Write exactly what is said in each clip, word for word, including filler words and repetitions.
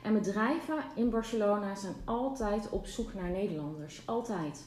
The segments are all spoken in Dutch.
En bedrijven in Barcelona zijn altijd op zoek naar Nederlanders. Altijd.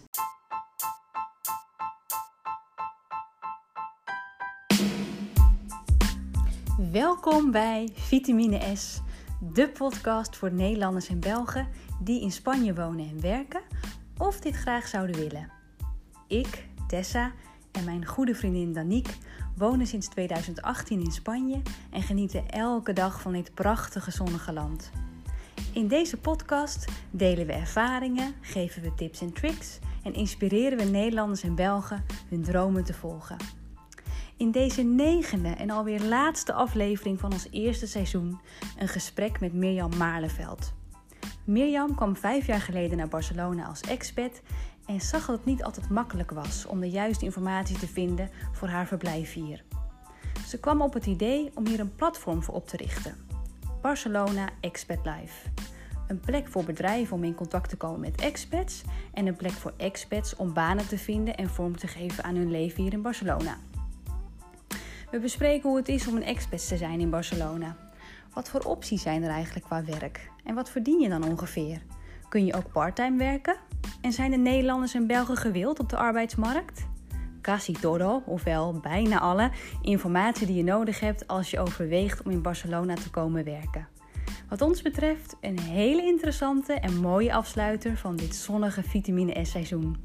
Welkom bij Vitamine S, de podcast voor Nederlanders en Belgen die in Spanje wonen en werken of dit graag zouden willen. Ik, Tessa en mijn goede vriendin Danique wonen sinds tweeduizend achttien in Spanje en genieten elke dag van dit prachtige zonnige land. In deze podcast delen we ervaringen, geven we tips en tricks en inspireren we Nederlanders en Belgen hun dromen te volgen. In deze negende en alweer laatste aflevering van ons eerste seizoen een gesprek met Mirjam Maarleveld. Mirjam kwam vijf jaar geleden naar Barcelona als expat en zag dat het niet altijd makkelijk was om de juiste informatie te vinden voor haar verblijf hier. Ze kwam op het idee om hier een platform voor op te richten. Barcelona Expat Life. Een plek voor bedrijven om in contact te komen met expats en een plek voor expats om banen te vinden en vorm te geven aan hun leven hier in Barcelona. We bespreken hoe het is om een expat te zijn in Barcelona. Wat voor opties zijn er eigenlijk qua werk? En wat verdien je dan ongeveer? Kun je ook parttime werken? En zijn de Nederlanders en Belgen gewild op de arbeidsmarkt? Casi todo, ofwel bijna alle, informatie die je nodig hebt als je overweegt om in Barcelona te komen werken. Wat ons betreft een hele interessante en mooie afsluiter van dit zonnige Vitamine S seizoen.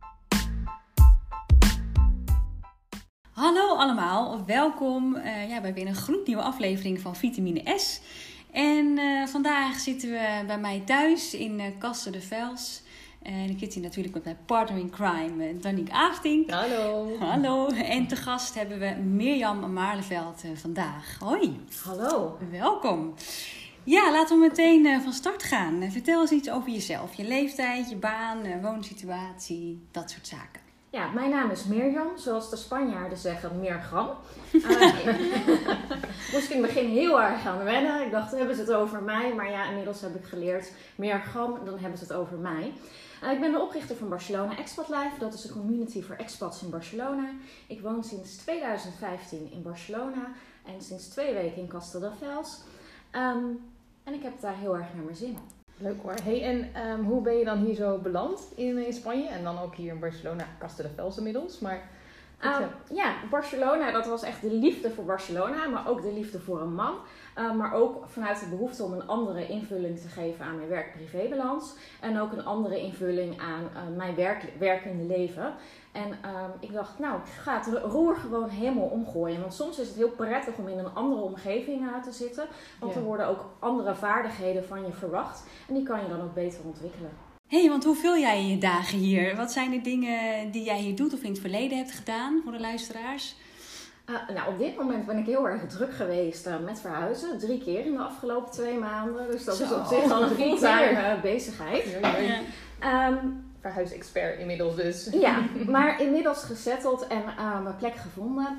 Hallo allemaal, welkom uh, ja, bij weer een gloednieuwe aflevering van Vitamine S. En uh, vandaag zitten we bij mij thuis in uh, Castelldefels. En ik zit hier natuurlijk met mijn partner in crime, uh, Danique Aafting. Hallo. Hallo. En te gast hebben we Mirjam Maarleveld uh, vandaag. Hoi. Hallo. Welkom. Ja, laten we meteen uh, van start gaan. Uh, vertel eens iets over jezelf. Je leeftijd, je baan, uh, woonsituatie, dat soort zaken. Ja, mijn naam is Mirjam, zoals de Spanjaarden zeggen, Mirjam. Uh, moest ik in het begin heel erg aan wennen. Ik dacht, hebben ze het over mij? Maar ja, inmiddels heb ik geleerd, Mirjam, dan hebben ze het over mij. Uh, ik ben de oprichter van Barcelona Expat Life. Dat is een community voor expats in Barcelona. Ik woon sinds tweeduizend vijftien in Barcelona en sinds twee weken in Castelldefels. Um, en ik heb daar heel erg naar mijn zin. Leuk hoor. Hey, en um, hoe ben je dan hier zo beland in, in Spanje? En dan ook hier in Barcelona, Castelldefels inmiddels. Maar, um, ja, Barcelona, dat was echt de liefde voor Barcelona, maar ook de liefde voor een man. Uh, maar ook vanuit de behoefte om een andere invulling te geven aan mijn werk-privébalans. En ook een andere invulling aan uh, mijn werk, werkende leven. En um, ik dacht, nou, ik ga het roer gewoon helemaal omgooien. Want soms is het heel prettig om in een andere omgeving uh, te zitten. Want ja. Er worden ook andere vaardigheden van je verwacht. En die kan je dan ook beter ontwikkelen. Hé, hey, want hoe vul jij je dagen hier? Wat zijn de dingen die jij hier doet of in het verleden hebt gedaan voor de luisteraars? Uh, nou, op dit moment ben ik heel erg druk geweest uh, met verhuizen. Drie keer in de afgelopen twee maanden. Dus dat Zo. is op zich al een fulltime uh, bezigheid. Ja, ja. Ja. Um, Verhuisexpert inmiddels dus. Ja, maar inmiddels gezetteld en uh, mijn plek gevonden.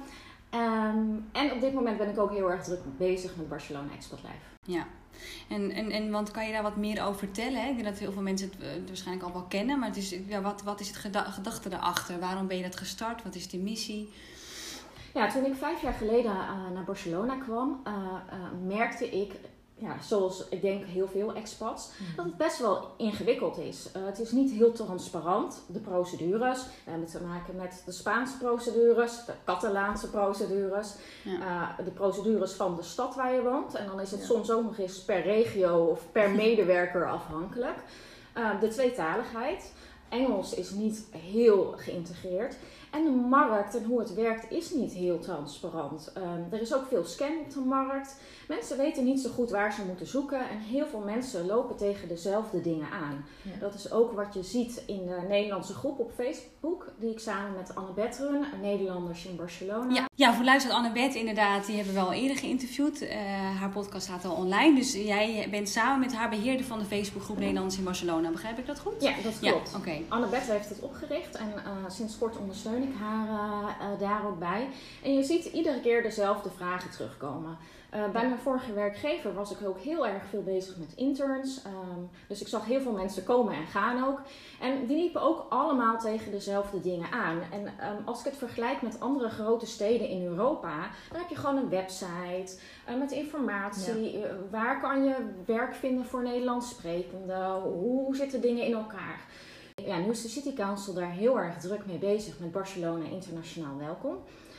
Um, en op dit moment ben ik ook heel erg druk bezig met Barcelona Expat Life. Ja, en, en, en want kan je daar wat meer over vertellen? Hè? Ik denk dat heel veel mensen het uh, waarschijnlijk al wel kennen. Maar het is, ja, wat, wat is het geda- gedachte daarachter? Waarom ben je dat gestart? Wat is de missie? Ja, toen ik vijf jaar geleden uh, naar Barcelona kwam, uh, uh, merkte ik... Ja, zoals ik denk heel veel expats, mm. dat het best wel ingewikkeld is. Uh, het is niet heel transparant, de procedures. We hebben te maken met de Spaanse procedures, de Catalaanse procedures, ja. uh, de procedures van de stad waar je woont. En dan is het ja. soms ook nog eens per regio of per medewerker afhankelijk. Uh, de tweetaligheid. Engels is niet heel geïntegreerd. En de markt en hoe het werkt is niet heel transparant. Um, er is ook veel scam op de markt. Mensen weten niet zo goed waar ze moeten zoeken. En heel veel mensen lopen tegen dezelfde dingen aan. Ja. Dat is ook wat je ziet in de Nederlandse groep op Facebook. Die ik samen met Annabeth run, Nederlanders in Barcelona. Ja, ja voor luistert Annabeth inderdaad. Die hebben we al eerder geïnterviewd. Uh, haar podcast staat al online. Dus jij bent samen met haar beheerder van de Facebookgroep Nederlanders in Barcelona. Begrijp ik dat goed? Ja, dat klopt. Ja, okay. Annabeth heeft het opgericht. En uh, sinds kort ondersteunen ik haar uh, uh, daar ook bij. En je ziet iedere keer dezelfde vragen terugkomen. Uh, bij mijn vorige werkgever was ik ook heel erg veel bezig met interns. Um, dus ik zag heel veel mensen komen en gaan ook. En die liepen ook allemaal tegen dezelfde dingen aan. En um, als ik het vergelijk met andere grote steden in Europa, dan heb je gewoon een website uh, met informatie. Ja. Uh, waar kan je werk vinden voor Nederlands sprekenden? Hoe, hoe zitten dingen in elkaar? Ja, nu is de City Council daar heel erg druk mee bezig met Barcelona Internationaal Welkom.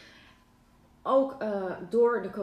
Ook uh, door de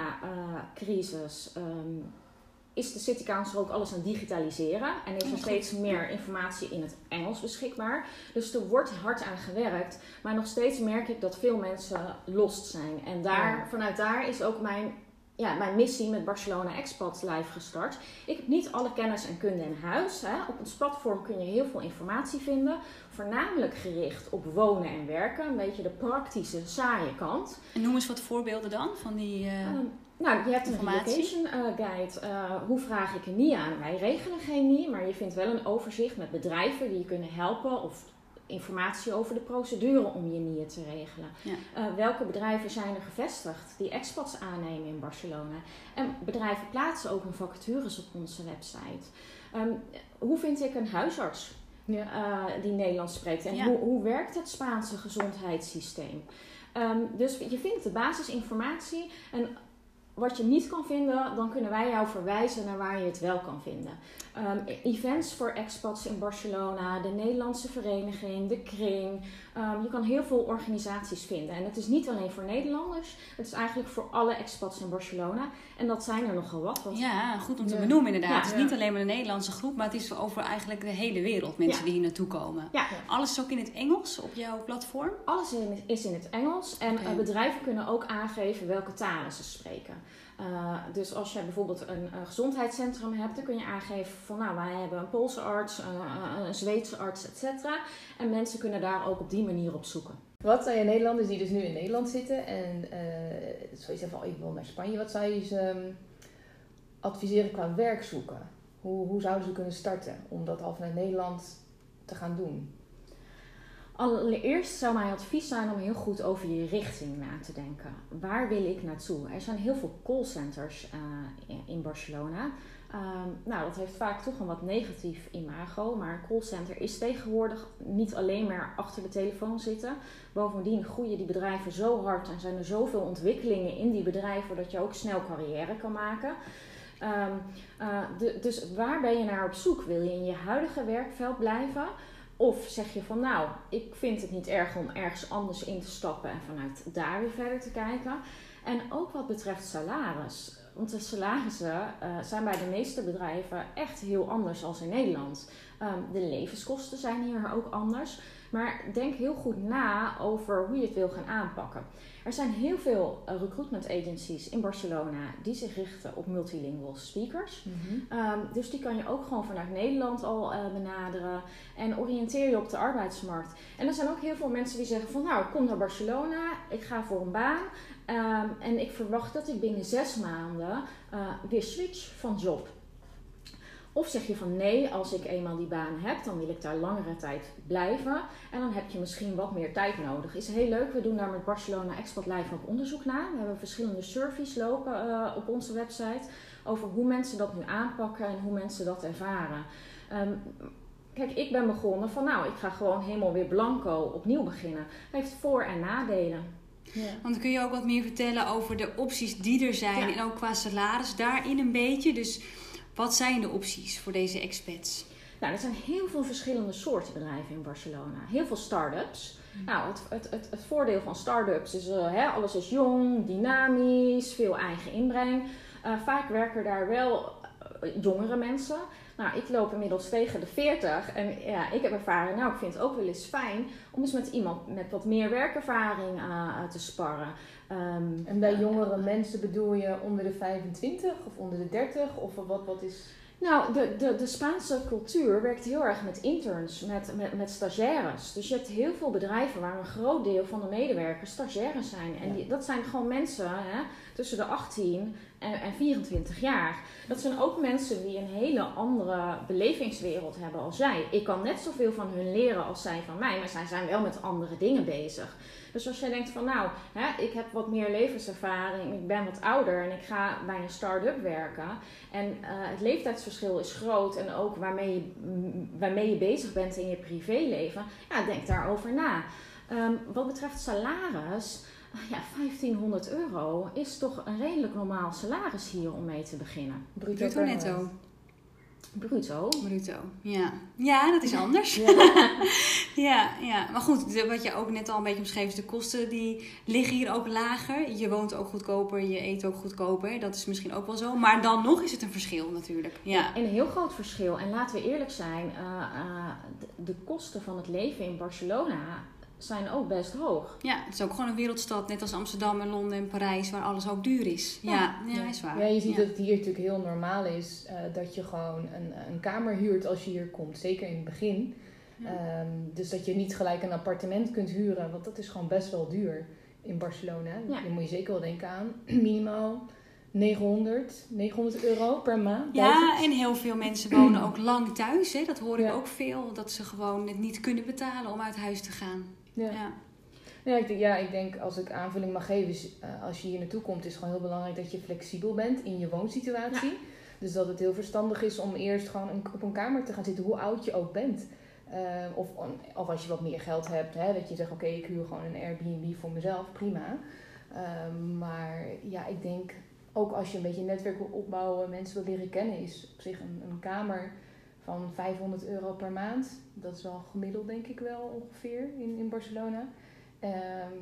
coronacrisis uh, um, is de City Council ook alles aan het digitaliseren. En is er steeds meer informatie in het Engels beschikbaar. Dus er wordt hard aan gewerkt. Maar nog steeds merk ik dat veel mensen lost zijn. En daar, ja. vanuit daar is ook mijn, ja, mijn missie met Barcelona Expats Live gestart. Ik heb niet alle kennis en kunde in huis. Hè. Op ons platform kun je heel veel informatie vinden. Voornamelijk gericht op wonen en werken. Een beetje de praktische, saaie kant. En noem eens wat voorbeelden dan van die uh, um, Nou, je hebt een relocation uh, guide. Uh, hoe vraag ik een N I A aan? Wij regelen geen N I A, maar je vindt wel een overzicht met bedrijven die je kunnen helpen. Of informatie over de procedure om je N I A te regelen. Ja. Uh, welke bedrijven zijn er gevestigd die expats aannemen in Barcelona? En bedrijven plaatsen ook hun vacatures op onze website. Um, hoe vind ik een huisarts? Ja. Uh, die Nederlands spreekt. En ja. hoe, hoe werkt het Spaanse gezondheidssysteem? Um, dus je vindt de basisinformatie. En wat je niet kan vinden, dan kunnen wij jou verwijzen naar waar je het wel kan vinden. Um, events voor expats in Barcelona, de Nederlandse vereniging, de kring. Um, je kan heel veel organisaties vinden. En het is niet alleen voor Nederlanders, het is eigenlijk voor alle expats in Barcelona. En dat zijn er nogal wat. wat ja, goed om te ja. benoemen inderdaad. Ja, het is ja. niet alleen maar een Nederlandse groep, maar het is over eigenlijk de hele wereld mensen ja. die hier naartoe komen. Ja. Alles is ook in het Engels op jouw platform? Alles is in het Engels. En okay. uh, bedrijven kunnen ook aangeven welke talen ze spreken. Uh, dus als je bijvoorbeeld een, een gezondheidscentrum hebt, dan kun je aangeven van nou, wij hebben een Poolse arts, een, een Zweedse arts, et cetera. En mensen kunnen daar ook op die manier op zoeken. Wat zijn je Nederlanders die dus nu in Nederland zitten en uh, zou je zeggen van oh, ik wil naar Spanje, wat zou je ze um, adviseren qua werk zoeken? Hoe, hoe zouden ze kunnen starten om dat al vanuit Nederland te gaan doen? Allereerst zou mijn advies zijn om heel goed over je richting na te denken. Waar wil ik naartoe? Er zijn heel veel callcenters uh, in Barcelona. Um, nou, dat heeft vaak toch een wat negatief imago. Maar een callcenter is tegenwoordig niet alleen maar achter de telefoon zitten. Bovendien groeien die bedrijven zo hard en zijn er zoveel ontwikkelingen in die bedrijven dat je ook snel carrière kan maken. Um, uh, de, dus waar ben je naar op zoek? Wil je in je huidige werkveld blijven? Of zeg je van nou, ik vind het niet erg om ergens anders in te stappen en vanuit daar weer verder te kijken. En ook wat betreft salaris. Want de salarissen uh, zijn bij de meeste bedrijven echt heel anders dan in Nederland. Um, de levenskosten zijn hier ook anders. Maar denk heel goed na over hoe je het wil gaan aanpakken. Er zijn heel veel uh, recruitment agencies in Barcelona die zich richten op multilingual speakers. Mm-hmm. Um, dus die kan je ook gewoon vanuit Nederland al uh, benaderen. En oriënteer je op de arbeidsmarkt. En er zijn ook heel veel mensen die zeggen van nou, ik kom naar Barcelona, ik ga voor een baan. Um, en ik verwacht dat ik binnen zes maanden uh, weer switch van job. Of zeg je van nee, als ik eenmaal die baan heb, dan wil ik daar langere tijd blijven. En dan heb je misschien wat meer tijd nodig. Is heel leuk, we doen daar met Barcelona Expat Live ook onderzoek naar. We hebben verschillende surveys lopen uh, op onze website over hoe mensen dat nu aanpakken en hoe mensen dat ervaren. Um, Kijk, ik ben begonnen van nou, ik ga gewoon helemaal weer blanco opnieuw beginnen. Dat heeft voor- en nadelen. Ja. Want dan kun je ook wat meer vertellen over de opties die er zijn. Ja. En ook qua salaris daarin een beetje. Dus wat zijn de opties voor deze expats? Nou, er zijn heel veel verschillende soorten bedrijven in Barcelona. Heel veel start-ups. Mm. Nou, het, het, het, het voordeel van start-ups is, uh, hè, alles is jong, dynamisch, veel eigen inbreng. Uh, vaak werken daar wel uh, jongere mensen. Nou, ik loop inmiddels tegen de veertig en ja, ik heb ervaren, nou, ik vind het ook wel eens fijn om eens met iemand met wat meer werkervaring uh, te sparren. Um, en bij jongere uh, mensen bedoel je onder de vijfentwintig of onder de dertig of wat, wat is... Nou, de, de, de Spaanse cultuur werkt heel erg met interns, met, met, met stagiaires. Dus je hebt heel veel bedrijven waar een groot deel van de medewerkers stagiaires zijn. En die, dat zijn gewoon mensen hè, tussen de achttien en, en vierentwintig jaar. Dat zijn ook mensen die een hele andere belevingswereld hebben als jij. Ik kan net zoveel van hun leren als zij van mij, maar zij zijn wel met andere dingen bezig. Dus als jij denkt van nou, hè, ik heb wat meer levenservaring, ik ben wat ouder en ik ga bij een start-up werken. En uh, het leeftijdsverschil is groot en ook waarmee je, waarmee je bezig bent in je privéleven. Ja, denk daarover na. Um, wat betreft salaris, ja, vijftienhonderd euro is toch een redelijk normaal salaris hier om mee te beginnen. Bruto, Bruto netto. Bruto. Bruto, ja. Ja, dat is anders. Ja. ja, ja, maar goed, wat je ook net al een beetje omschreef is, de kosten die liggen hier ook lager. Je woont ook goedkoper, je eet ook goedkoper. Dat is misschien ook wel zo. Maar dan nog is het een verschil natuurlijk. Ja. Een heel groot verschil. En laten we eerlijk zijn, uh, uh, de, de kosten van het leven in Barcelona zijn ook best hoog. Ja, het is ook gewoon een wereldstad, net als Amsterdam en Londen en Parijs, waar alles ook duur is. Ja, ja, ja, is waar. Ja, je ziet ja. dat het hier natuurlijk heel normaal is uh, dat je gewoon een, een kamer huurt als je hier komt, zeker in het begin. Ja. Um, dus dat je niet gelijk een appartement kunt huren, want dat is gewoon best wel duur in Barcelona. Ja. Dan moet je zeker wel denken aan minimaal negenhonderd euro per maand. Ja, duizend. En heel veel mensen wonen ook lang thuis. Hè? Dat hoor ik ja. ook veel, dat ze gewoon het niet kunnen betalen om uit huis te gaan. Ja. Ja. Ja, ik denk, ja, ik denk als ik aanvulling mag geven, is, uh, als je hier naartoe komt, is het gewoon heel belangrijk dat je flexibel bent in je woonsituatie. Ja. Dus dat het heel verstandig is om eerst gewoon een, op een kamer te gaan zitten, hoe oud je ook bent. Uh, of, of als je wat meer geld hebt, hè, dat je zegt, oké, okay, ik huur gewoon een Airbnb voor mezelf, prima. Uh, maar ja, ik denk, ook als je een beetje een netwerk wil opbouwen, mensen wil leren kennen, is op zich een, een kamer van vijfhonderd euro per maand. Dat is wel gemiddeld, denk ik wel ongeveer in, in Barcelona. Um,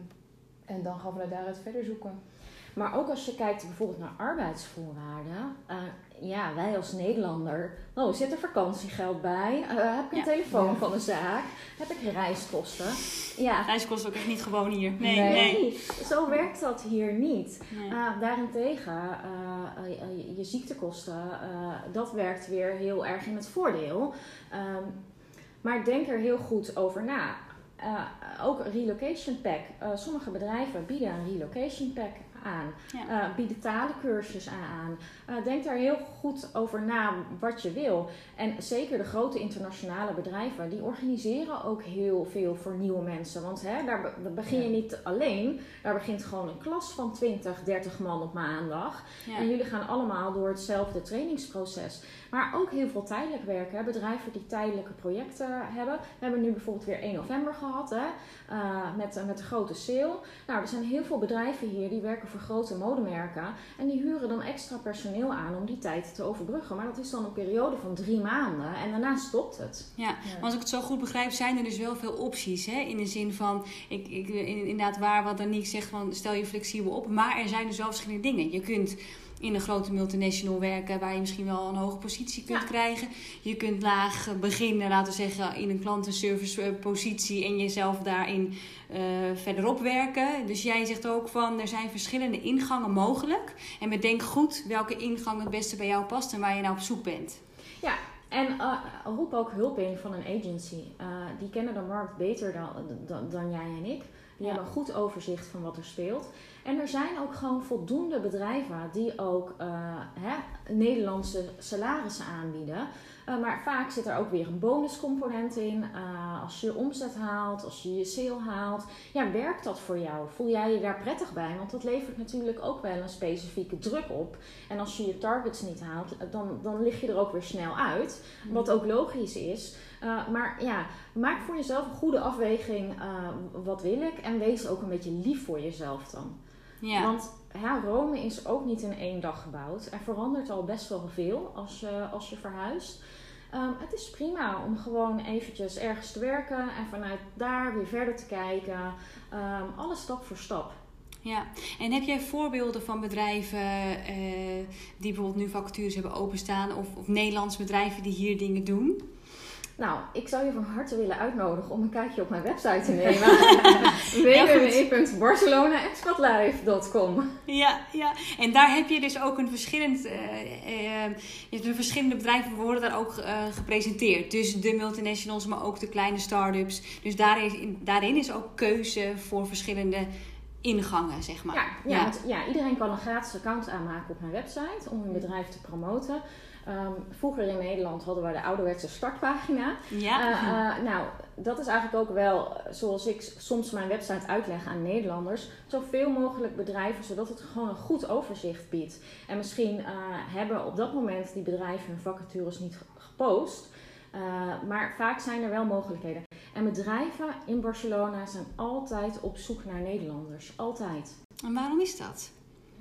en dan gaan we naar daaruit verder zoeken. Maar ook als je kijkt bijvoorbeeld naar arbeidsvoorwaarden. Uh, ja, wij als Nederlander. Oh, zit er vakantiegeld bij? Uh, heb ik een ja. telefoon ja. van de zaak? Heb ik reiskosten? Ja. Reiskosten ook echt niet gewoon hier. Nee, nee. nee. nee. Zo werkt dat hier niet. Nee. Uh, daarentegen, uh, uh, uh, je ziektekosten, uh, dat werkt weer heel erg in het voordeel. Um, maar denk er heel goed over na. Uh, ook een relocation pack. Uh, sommige bedrijven bieden een relocation pack aan. Ja. Uh, bieden talencursus aan. Uh, denk daar heel goed over na wat je wil. En zeker de grote internationale bedrijven, die organiseren ook heel veel voor nieuwe mensen. Want hè, daar begin je ja. niet alleen. Daar begint gewoon een klas van twintig, dertig man op maandag. Ja. En jullie gaan allemaal door hetzelfde trainingsproces. Maar ook heel veel tijdelijk werken. Hè. Bedrijven die tijdelijke projecten hebben. We hebben nu bijvoorbeeld weer één november gehad. Hè, uh, met, met de grote sale. Nou, er zijn heel veel bedrijven hier die werken voor grote modemerken. En die huren dan extra personeel aan om die tijd te overbruggen. Maar dat is dan een periode van drie maanden. En daarna stopt het. Ja, ja. Maar als ik het zo goed begrijp, zijn er dus wel veel opties. Hè? In de zin van, ik, ik, inderdaad waar wat Danique zegt, van stel je flexibel op. Maar er zijn dus wel verschillende dingen. Je kunt in een grote multinational werken waar je misschien wel een hoge positie kunt ja. krijgen. Je kunt laag beginnen, laten we zeggen, in een klantenservice positie en jezelf daarin uh, verderop werken. Dus jij zegt ook van, er zijn verschillende ingangen mogelijk. En bedenk goed welke ingang het beste bij jou past en waar je nou op zoek bent. Ja, en uh, roep ook hulp in van een agency. Uh, die kennen de markt beter dan, dan, dan jij en ik. Die ja. hebben een goed overzicht van wat er speelt. En er zijn ook gewoon voldoende bedrijven die ook uh, hè, Nederlandse salarissen aanbieden. Uh, maar vaak zit er ook weer een bonuscomponent in. Uh, als je je omzet haalt, als je je sale haalt. Ja, werkt dat voor jou? Voel jij je daar prettig bij? Want dat levert natuurlijk ook wel een specifieke druk op. En als je je targets niet haalt, dan, dan lig je er ook weer snel uit. Wat ook logisch is. Uh, maar ja, maak voor jezelf een goede afweging. Uh, wat wil ik? En wees ook een beetje lief voor jezelf dan. Ja. Want ja, Rome is ook niet in één dag gebouwd. Er verandert al best wel veel als je, als je verhuist. Um, het is prima om gewoon eventjes ergens te werken en vanuit daar weer verder te kijken. Um, alles stap voor stap. Ja, en heb jij voorbeelden van bedrijven uh, die bijvoorbeeld nu vacatures hebben openstaan of, of Nederlandse bedrijven die hier dingen doen? Nou, ik zou je van harte willen uitnodigen om een kijkje op mijn website te nemen. w w w punt barcelona expat live punt com. Ja, ja, en daar heb je dus ook een verschillend, uh, uh, je hebt verschillende bedrijven worden daar ook uh, gepresenteerd. Dus de multinationals, maar ook de kleine start-ups. Dus daarin, daarin is ook keuze voor verschillende ingangen, zeg maar. Ja, ja, ja. Want, ja, iedereen kan een gratis account aanmaken op mijn website om hun bedrijf te promoten. Um, vroeger in Nederland hadden we de ouderwetse startpagina. Ja. Uh, uh, nou, dat is eigenlijk ook wel zoals ik soms mijn website uitleg aan Nederlanders. Zoveel mogelijk bedrijven, zodat het gewoon een goed overzicht biedt. En misschien uh, hebben op dat moment die bedrijven hun vacatures niet gepost. Uh, maar vaak zijn er wel mogelijkheden. En bedrijven in Barcelona zijn altijd op zoek naar Nederlanders. Altijd. En waarom is dat?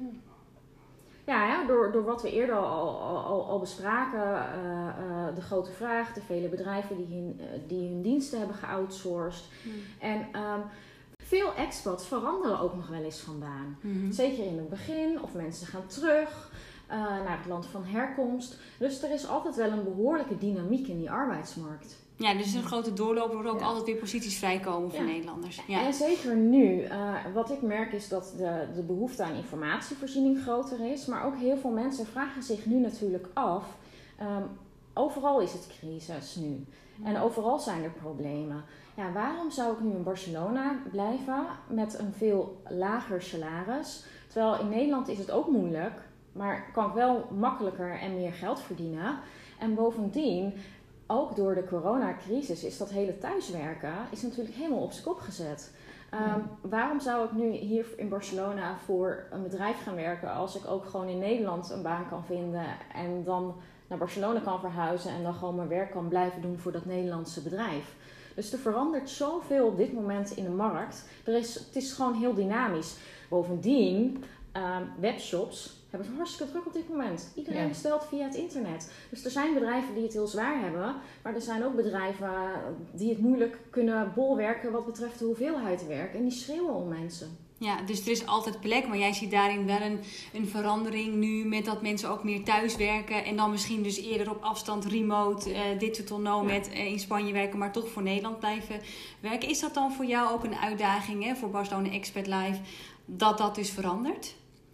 Ja, ja door, door wat we eerder al, al, al bespraken. Uh, uh, de grote vraag, de vele bedrijven die hun, uh, die hun diensten hebben geoutsourced. Hmm. En um, veel expats veranderen ook nog wel eens van baan. Mm-hmm. Zeker in het begin, of mensen gaan terug uh, naar het land van herkomst. Dus er is altijd wel een behoorlijke dynamiek in die arbeidsmarkt. Ja, dus een grote doorloop waar ook ja. altijd weer posities vrijkomen voor ja. Nederlanders. Ja. En zeker nu. Uh, wat ik merk is dat de, de behoefte aan informatievoorziening groter is. Maar ook heel veel mensen vragen zich nu natuurlijk af. Um, overal is het crisis nu. En overal zijn er problemen. Ja, waarom zou ik nu in Barcelona blijven met een veel lager salaris? Terwijl in Nederland is het ook moeilijk. Maar kan ik wel makkelijker en meer geld verdienen. En bovendien, ook door de coronacrisis is dat hele thuiswerken is natuurlijk helemaal op zijn kop gezet. Um, ja. Waarom zou ik nu hier in Barcelona voor een bedrijf gaan werken als ik ook gewoon in Nederland een baan kan vinden en dan naar Barcelona kan verhuizen en dan gewoon mijn werk kan blijven doen voor dat Nederlandse bedrijf? Dus er verandert zoveel op dit moment in de markt. Er is, het is gewoon heel dynamisch. Bovendien, um, webshops hebben het hartstikke druk op dit moment. Iedereen ja. bestelt via het internet. Dus er zijn bedrijven die het heel zwaar hebben. Maar er zijn ook bedrijven die het moeilijk kunnen bolwerken wat betreft de hoeveelheid werk. En die schreeuwen om mensen. Ja, dus er is altijd plek. Maar jij ziet daarin wel een, een verandering nu met dat mensen ook meer thuis werken. En dan misschien dus eerder op afstand remote, uh, digital nomad ja. uh, in Spanje werken. Maar toch voor Nederland blijven werken. Is dat dan voor jou ook een uitdaging, hè, voor Barcelona Expat Live, dat dat dus verandert?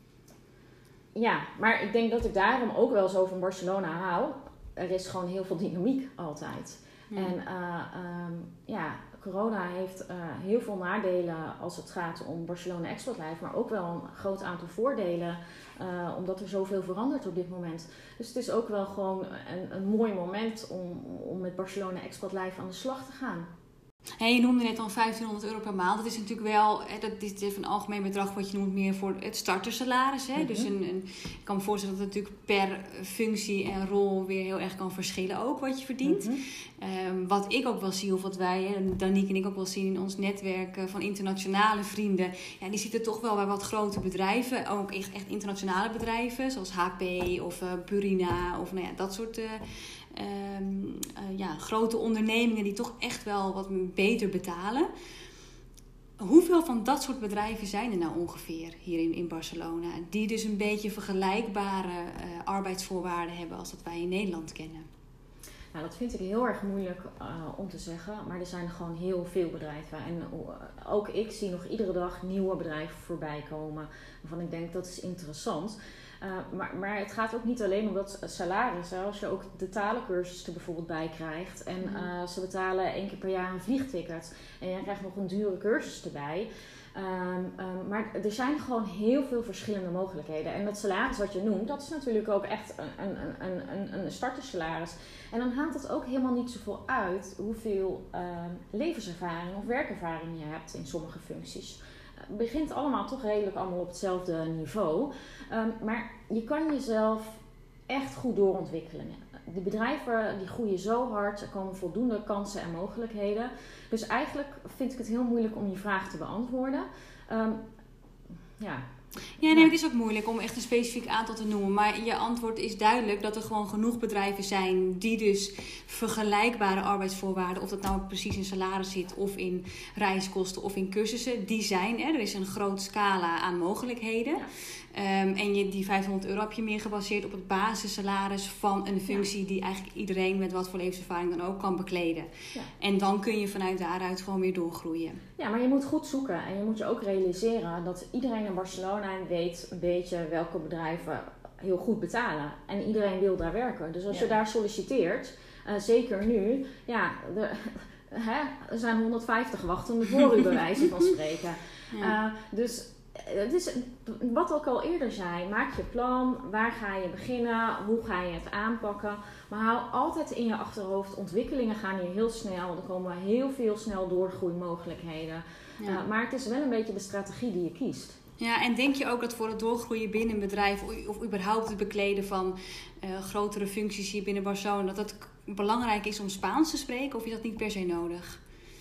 Ja, maar ik denk dat ik daarom ook wel zo van Barcelona hou. Er is gewoon heel veel dynamiek altijd. Hmm. En uh, um, ja, corona heeft uh, heel veel nadelen als het gaat om Barcelona Expat Live. Maar ook wel een groot aantal voordelen. Uh, omdat er zoveel verandert op dit moment. Dus het is ook wel gewoon een, een mooi moment om, om met Barcelona Expat Live aan de slag te gaan. Hey, je noemde net al vijftienhonderd euro per maand. Dat is natuurlijk wel, hè, dat is even een algemeen bedrag wat je noemt meer voor het startersalaris. Hè? Mm-hmm. Dus een, een, ik kan me voorstellen dat het natuurlijk per functie en rol weer heel erg kan verschillen ook wat je verdient. Mm-hmm. Um, wat ik ook wel zie, of wat wij, Danique en ik ook wel zien in ons netwerk van internationale vrienden. Ja, die zitten toch wel bij wat grote bedrijven. Ook echt, echt internationale bedrijven, zoals H P of uh, Purina of nou ja, dat soort uh, Um, uh, ja, grote ondernemingen die toch echt wel wat beter betalen. Hoeveel van dat soort bedrijven zijn er nou ongeveer hier in, in Barcelona? Die dus een beetje vergelijkbare uh, arbeidsvoorwaarden hebben als dat wij in Nederland kennen? Nou, dat vind ik heel erg moeilijk uh, om te zeggen. Maar er zijn gewoon heel veel bedrijven. En uh, ook ik zie nog iedere dag nieuwe bedrijven voorbij komen. Waarvan ik denk, dat is interessant. Uh, maar, maar het gaat ook niet alleen om dat salaris. Hè. Als je ook de talencursus er bijvoorbeeld bij krijgt. En uh, ze betalen één keer per jaar een vliegticket. En je krijgt nog een dure cursus erbij. Um, um, maar er zijn gewoon heel veel verschillende mogelijkheden. En dat salaris wat je noemt, dat is natuurlijk ook echt een, een, een, een, een startersalaris. En dan haalt het ook helemaal niet zoveel uit hoeveel uh, levenservaring of werkervaring je hebt in sommige functies. Het begint allemaal toch redelijk allemaal op hetzelfde niveau. Um, maar je kan jezelf echt goed doorontwikkelen. De bedrijven die groeien zo hard, er komen voldoende kansen en mogelijkheden. Dus eigenlijk vind ik het heel moeilijk om je vraag te beantwoorden. Um, ja... Ja, nee, het is ook moeilijk om echt een specifiek aantal te noemen. Maar je antwoord is duidelijk dat er gewoon genoeg bedrijven zijn die dus vergelijkbare arbeidsvoorwaarden, of dat nou precies in salaris zit of in reiskosten of in cursussen, die zijn er. Er is een groot scala aan mogelijkheden. Ja. Um, en je, die vijfhonderd euro heb je meer gebaseerd op het basissalaris van een functie ja. die eigenlijk iedereen met wat voor levenservaring dan ook kan bekleden. Ja. En dan kun je vanuit daaruit gewoon weer doorgroeien. Ja, maar je moet goed zoeken en je moet je ook realiseren dat iedereen in Barcelona weet een beetje welke bedrijven heel goed betalen. En iedereen wil daar werken. Dus als ja. je daar solliciteert, uh, zeker nu, ja... De, hè, er zijn honderdvijftig wachtende voor u bij wijze van spreken. Ja. Uh, dus het is, wat ik al eerder zei, maak je plan, waar ga je beginnen, hoe ga je het aanpakken. Maar hou altijd in je achterhoofd, ontwikkelingen gaan hier heel snel, er komen heel veel snel doorgroeimogelijkheden. Ja. Uh, maar het is wel een beetje de strategie die je kiest. Ja, en denk je ook dat voor het doorgroeien binnen een bedrijf of überhaupt het bekleden van uh, grotere functies hier binnen Barcelona, dat het belangrijk is om Spaans te spreken of is dat niet per se nodig?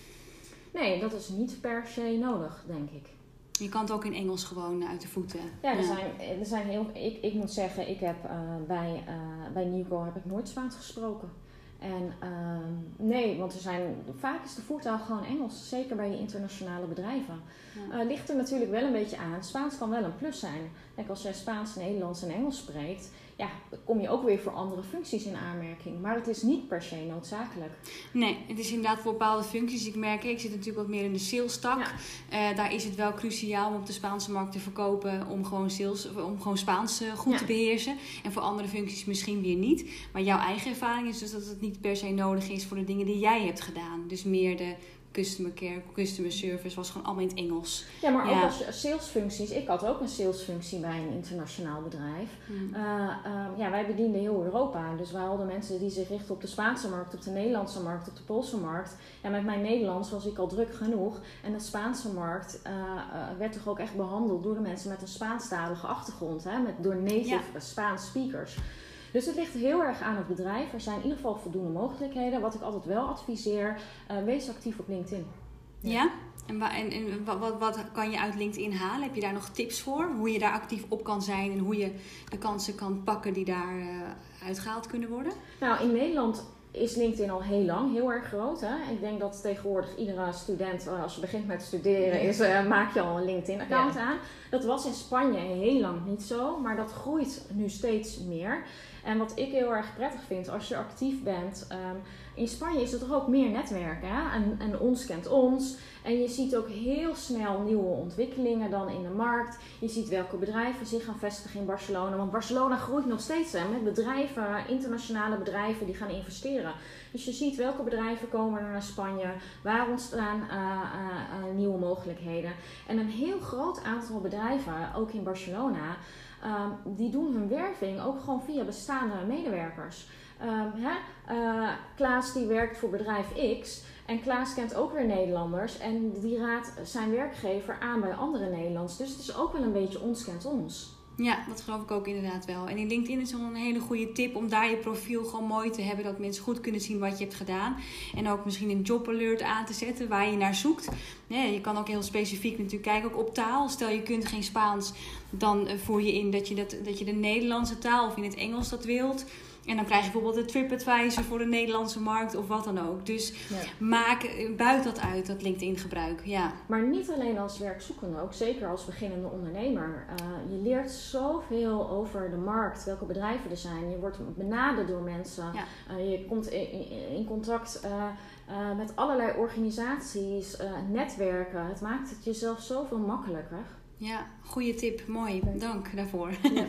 Nee, dat is niet per se nodig, denk ik. Je kan het ook in Engels gewoon uit de voeten. Ja, er, ja. Zijn, er zijn heel. Ik, ik moet zeggen, ik heb uh, bij, uh, bij Nieuwco heb ik nooit Spaans gesproken. En uh, nee, want er zijn, vaak is de voertaal gewoon Engels. Zeker bij die internationale bedrijven. Ja. Uh, ligt er natuurlijk wel een beetje aan. Spaans kan wel een plus zijn. Kijk, als jij Spaans, Nederlands en Engels spreekt, ja, dan kom je ook weer voor andere functies in aanmerking. Maar het is niet per se noodzakelijk. Nee, het is inderdaad voor bepaalde functies. Ik merk, ik zit natuurlijk wat meer in de salestak. Ja. Uh, daar is het wel cruciaal om op de Spaanse markt te verkopen. Om gewoon, sales, om gewoon Spaans uh, goed ja. te beheersen. En voor andere functies misschien weer niet. Maar jouw eigen ervaring is dus dat het niet per se nodig is voor de dingen die jij hebt gedaan. Dus meer de customer care, customer service was gewoon allemaal in het Engels. Ja, maar ja. ook als salesfuncties. Ik had ook een salesfunctie bij een internationaal bedrijf. Hmm. Uh, uh, ja, wij bedienden heel Europa. Dus wij hadden mensen die zich richten op de Spaanse markt, op de Nederlandse markt, op de Poolse markt. Ja, met mijn Nederlands was ik al druk genoeg. En de Spaanse markt uh, uh, werd toch ook echt behandeld door de mensen met een Spaanstalige achtergrond. Hè? Met, door native ja. Spaans speakers. Dus het ligt heel erg aan het bedrijf. Er zijn in ieder geval voldoende mogelijkheden. Wat ik altijd wel adviseer, uh, wees actief op LinkedIn. Ja, ja? En, wa- en, en wat, wat kan je uit LinkedIn halen? Heb je daar nog tips voor? Hoe je daar actief op kan zijn en hoe je de kansen kan pakken die daar uh, uitgehaald kunnen worden? Nou, in Nederland is LinkedIn al heel lang heel erg groot. Hè? Ik denk dat tegenwoordig iedere student, als je begint met studeren, is, uh, maak je al een LinkedIn-account ja. aan. Dat was in Spanje heel lang niet zo, maar dat groeit nu steeds meer. En wat ik heel erg prettig vind, als je actief bent, um, in Spanje is er toch ook meer netwerken. Hè? En, en ons kent ons. En je ziet ook heel snel nieuwe ontwikkelingen dan in de markt. Je ziet welke bedrijven zich gaan vestigen in Barcelona. Want Barcelona groeit nog steeds hè, met bedrijven, internationale bedrijven die gaan investeren. Dus je ziet welke bedrijven komen er naar Spanje. Waar ontstaan uh, uh, uh, nieuwe mogelijkheden. En een heel groot aantal bedrijven, ook in Barcelona, Um, die doen hun werving ook gewoon via bestaande medewerkers. Um, hè? Uh, Klaas die werkt voor bedrijf X en Klaas kent ook weer Nederlanders en die raadt zijn werkgever aan bij andere Nederlanders. Dus het is ook wel een beetje ons kent ons. Ja, dat geloof ik ook inderdaad wel. En in LinkedIn is wel een hele goede tip om daar je profiel gewoon mooi te hebben. Dat mensen goed kunnen zien wat je hebt gedaan. En ook misschien een jobalert aan te zetten waar je naar zoekt. Ja, je kan ook heel specifiek natuurlijk kijken, ook op taal. Stel je kunt geen Spaans, dan voer je in dat je, dat, dat je de Nederlandse taal of in het Engels dat wilt. En dan krijg je bijvoorbeeld de TripAdvisor voor de Nederlandse markt of wat dan ook. Dus ja. maak, buit dat uit, dat LinkedIn gebruik. Ja. Maar niet alleen als werkzoekende, ook zeker als beginnende ondernemer. Uh, je leert zoveel over de markt, welke bedrijven er zijn. Je wordt benaderd door mensen. Ja. Uh, je komt in, in, in contact uh, uh, met allerlei organisaties, uh, netwerken. Het maakt het jezelf zoveel makkelijker. Ja, goede tip. Mooi. Dank daarvoor. Ja.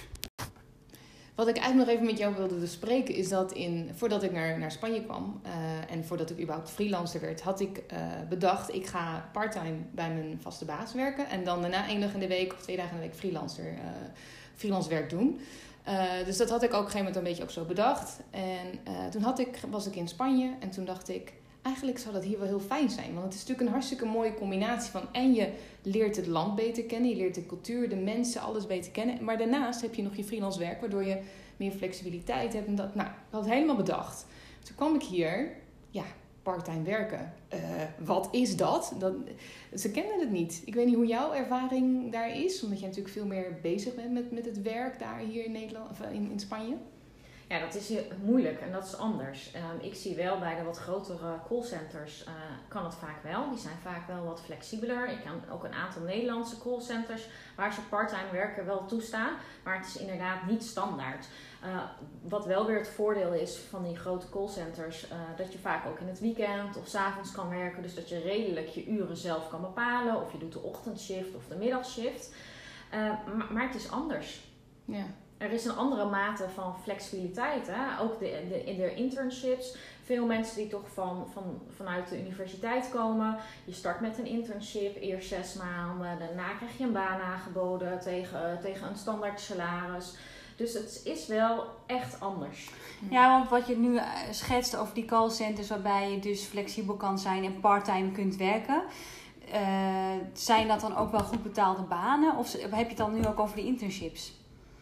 Wat ik eigenlijk nog even met jou wilde bespreken is dat in, voordat ik naar, naar Spanje kwam uh, en voordat ik überhaupt freelancer werd, had ik uh, bedacht, ik ga parttime bij mijn vaste baas werken en dan daarna één dag in de week of twee dagen in de week freelancer, uh, freelance werk doen. Uh, dus dat had ik ook op een gegeven moment een beetje ook zo bedacht. En uh, toen had ik, was ik in Spanje en toen dacht ik, eigenlijk zou dat hier wel heel fijn zijn. Want het is natuurlijk een hartstikke mooie combinatie van en je leert het land beter kennen, je leert de cultuur, de mensen, alles beter kennen. Maar daarnaast heb je nog je freelance werk, waardoor je meer flexibiliteit hebt. En dat, nou, ik had het helemaal bedacht. Toen kwam ik hier, ja, parttime werken. Uh, wat is dat? dat? Ze kennen het niet. Ik weet niet hoe jouw ervaring daar is, omdat je natuurlijk veel meer bezig bent met, met het werk daar hier in Nederland of in, in Spanje. Ja, dat is heel moeilijk en dat is anders. Um, ik zie wel bij de wat grotere callcenters uh, kan het vaak wel. Die zijn vaak wel wat flexibeler. Ik kan ook een aantal Nederlandse callcenters waar ze parttime werken wel toestaan. Maar het is inderdaad niet standaard. Uh, wat wel weer het voordeel is van die grote callcenters, uh, dat je vaak ook in het weekend of 's avonds kan werken. Dus dat je redelijk je uren zelf kan bepalen. Of je doet de ochtendshift of de middagshift. Uh, maar, maar het is anders. Ja. er is een andere mate van flexibiliteit. Hè? Ook de, de, in de internships. Veel mensen die toch van, van, vanuit de universiteit komen. Je start met een internship, eerst zes maanden. Daarna krijg je een baan aangeboden tegen, tegen een standaard salaris. Dus het is wel echt anders. Ja, want wat je nu schetst over die callcenters waarbij je dus flexibel kan zijn en parttime kunt werken. Uh, zijn dat dan ook wel goed betaalde banen? Of heb je het dan nu ook over die internships?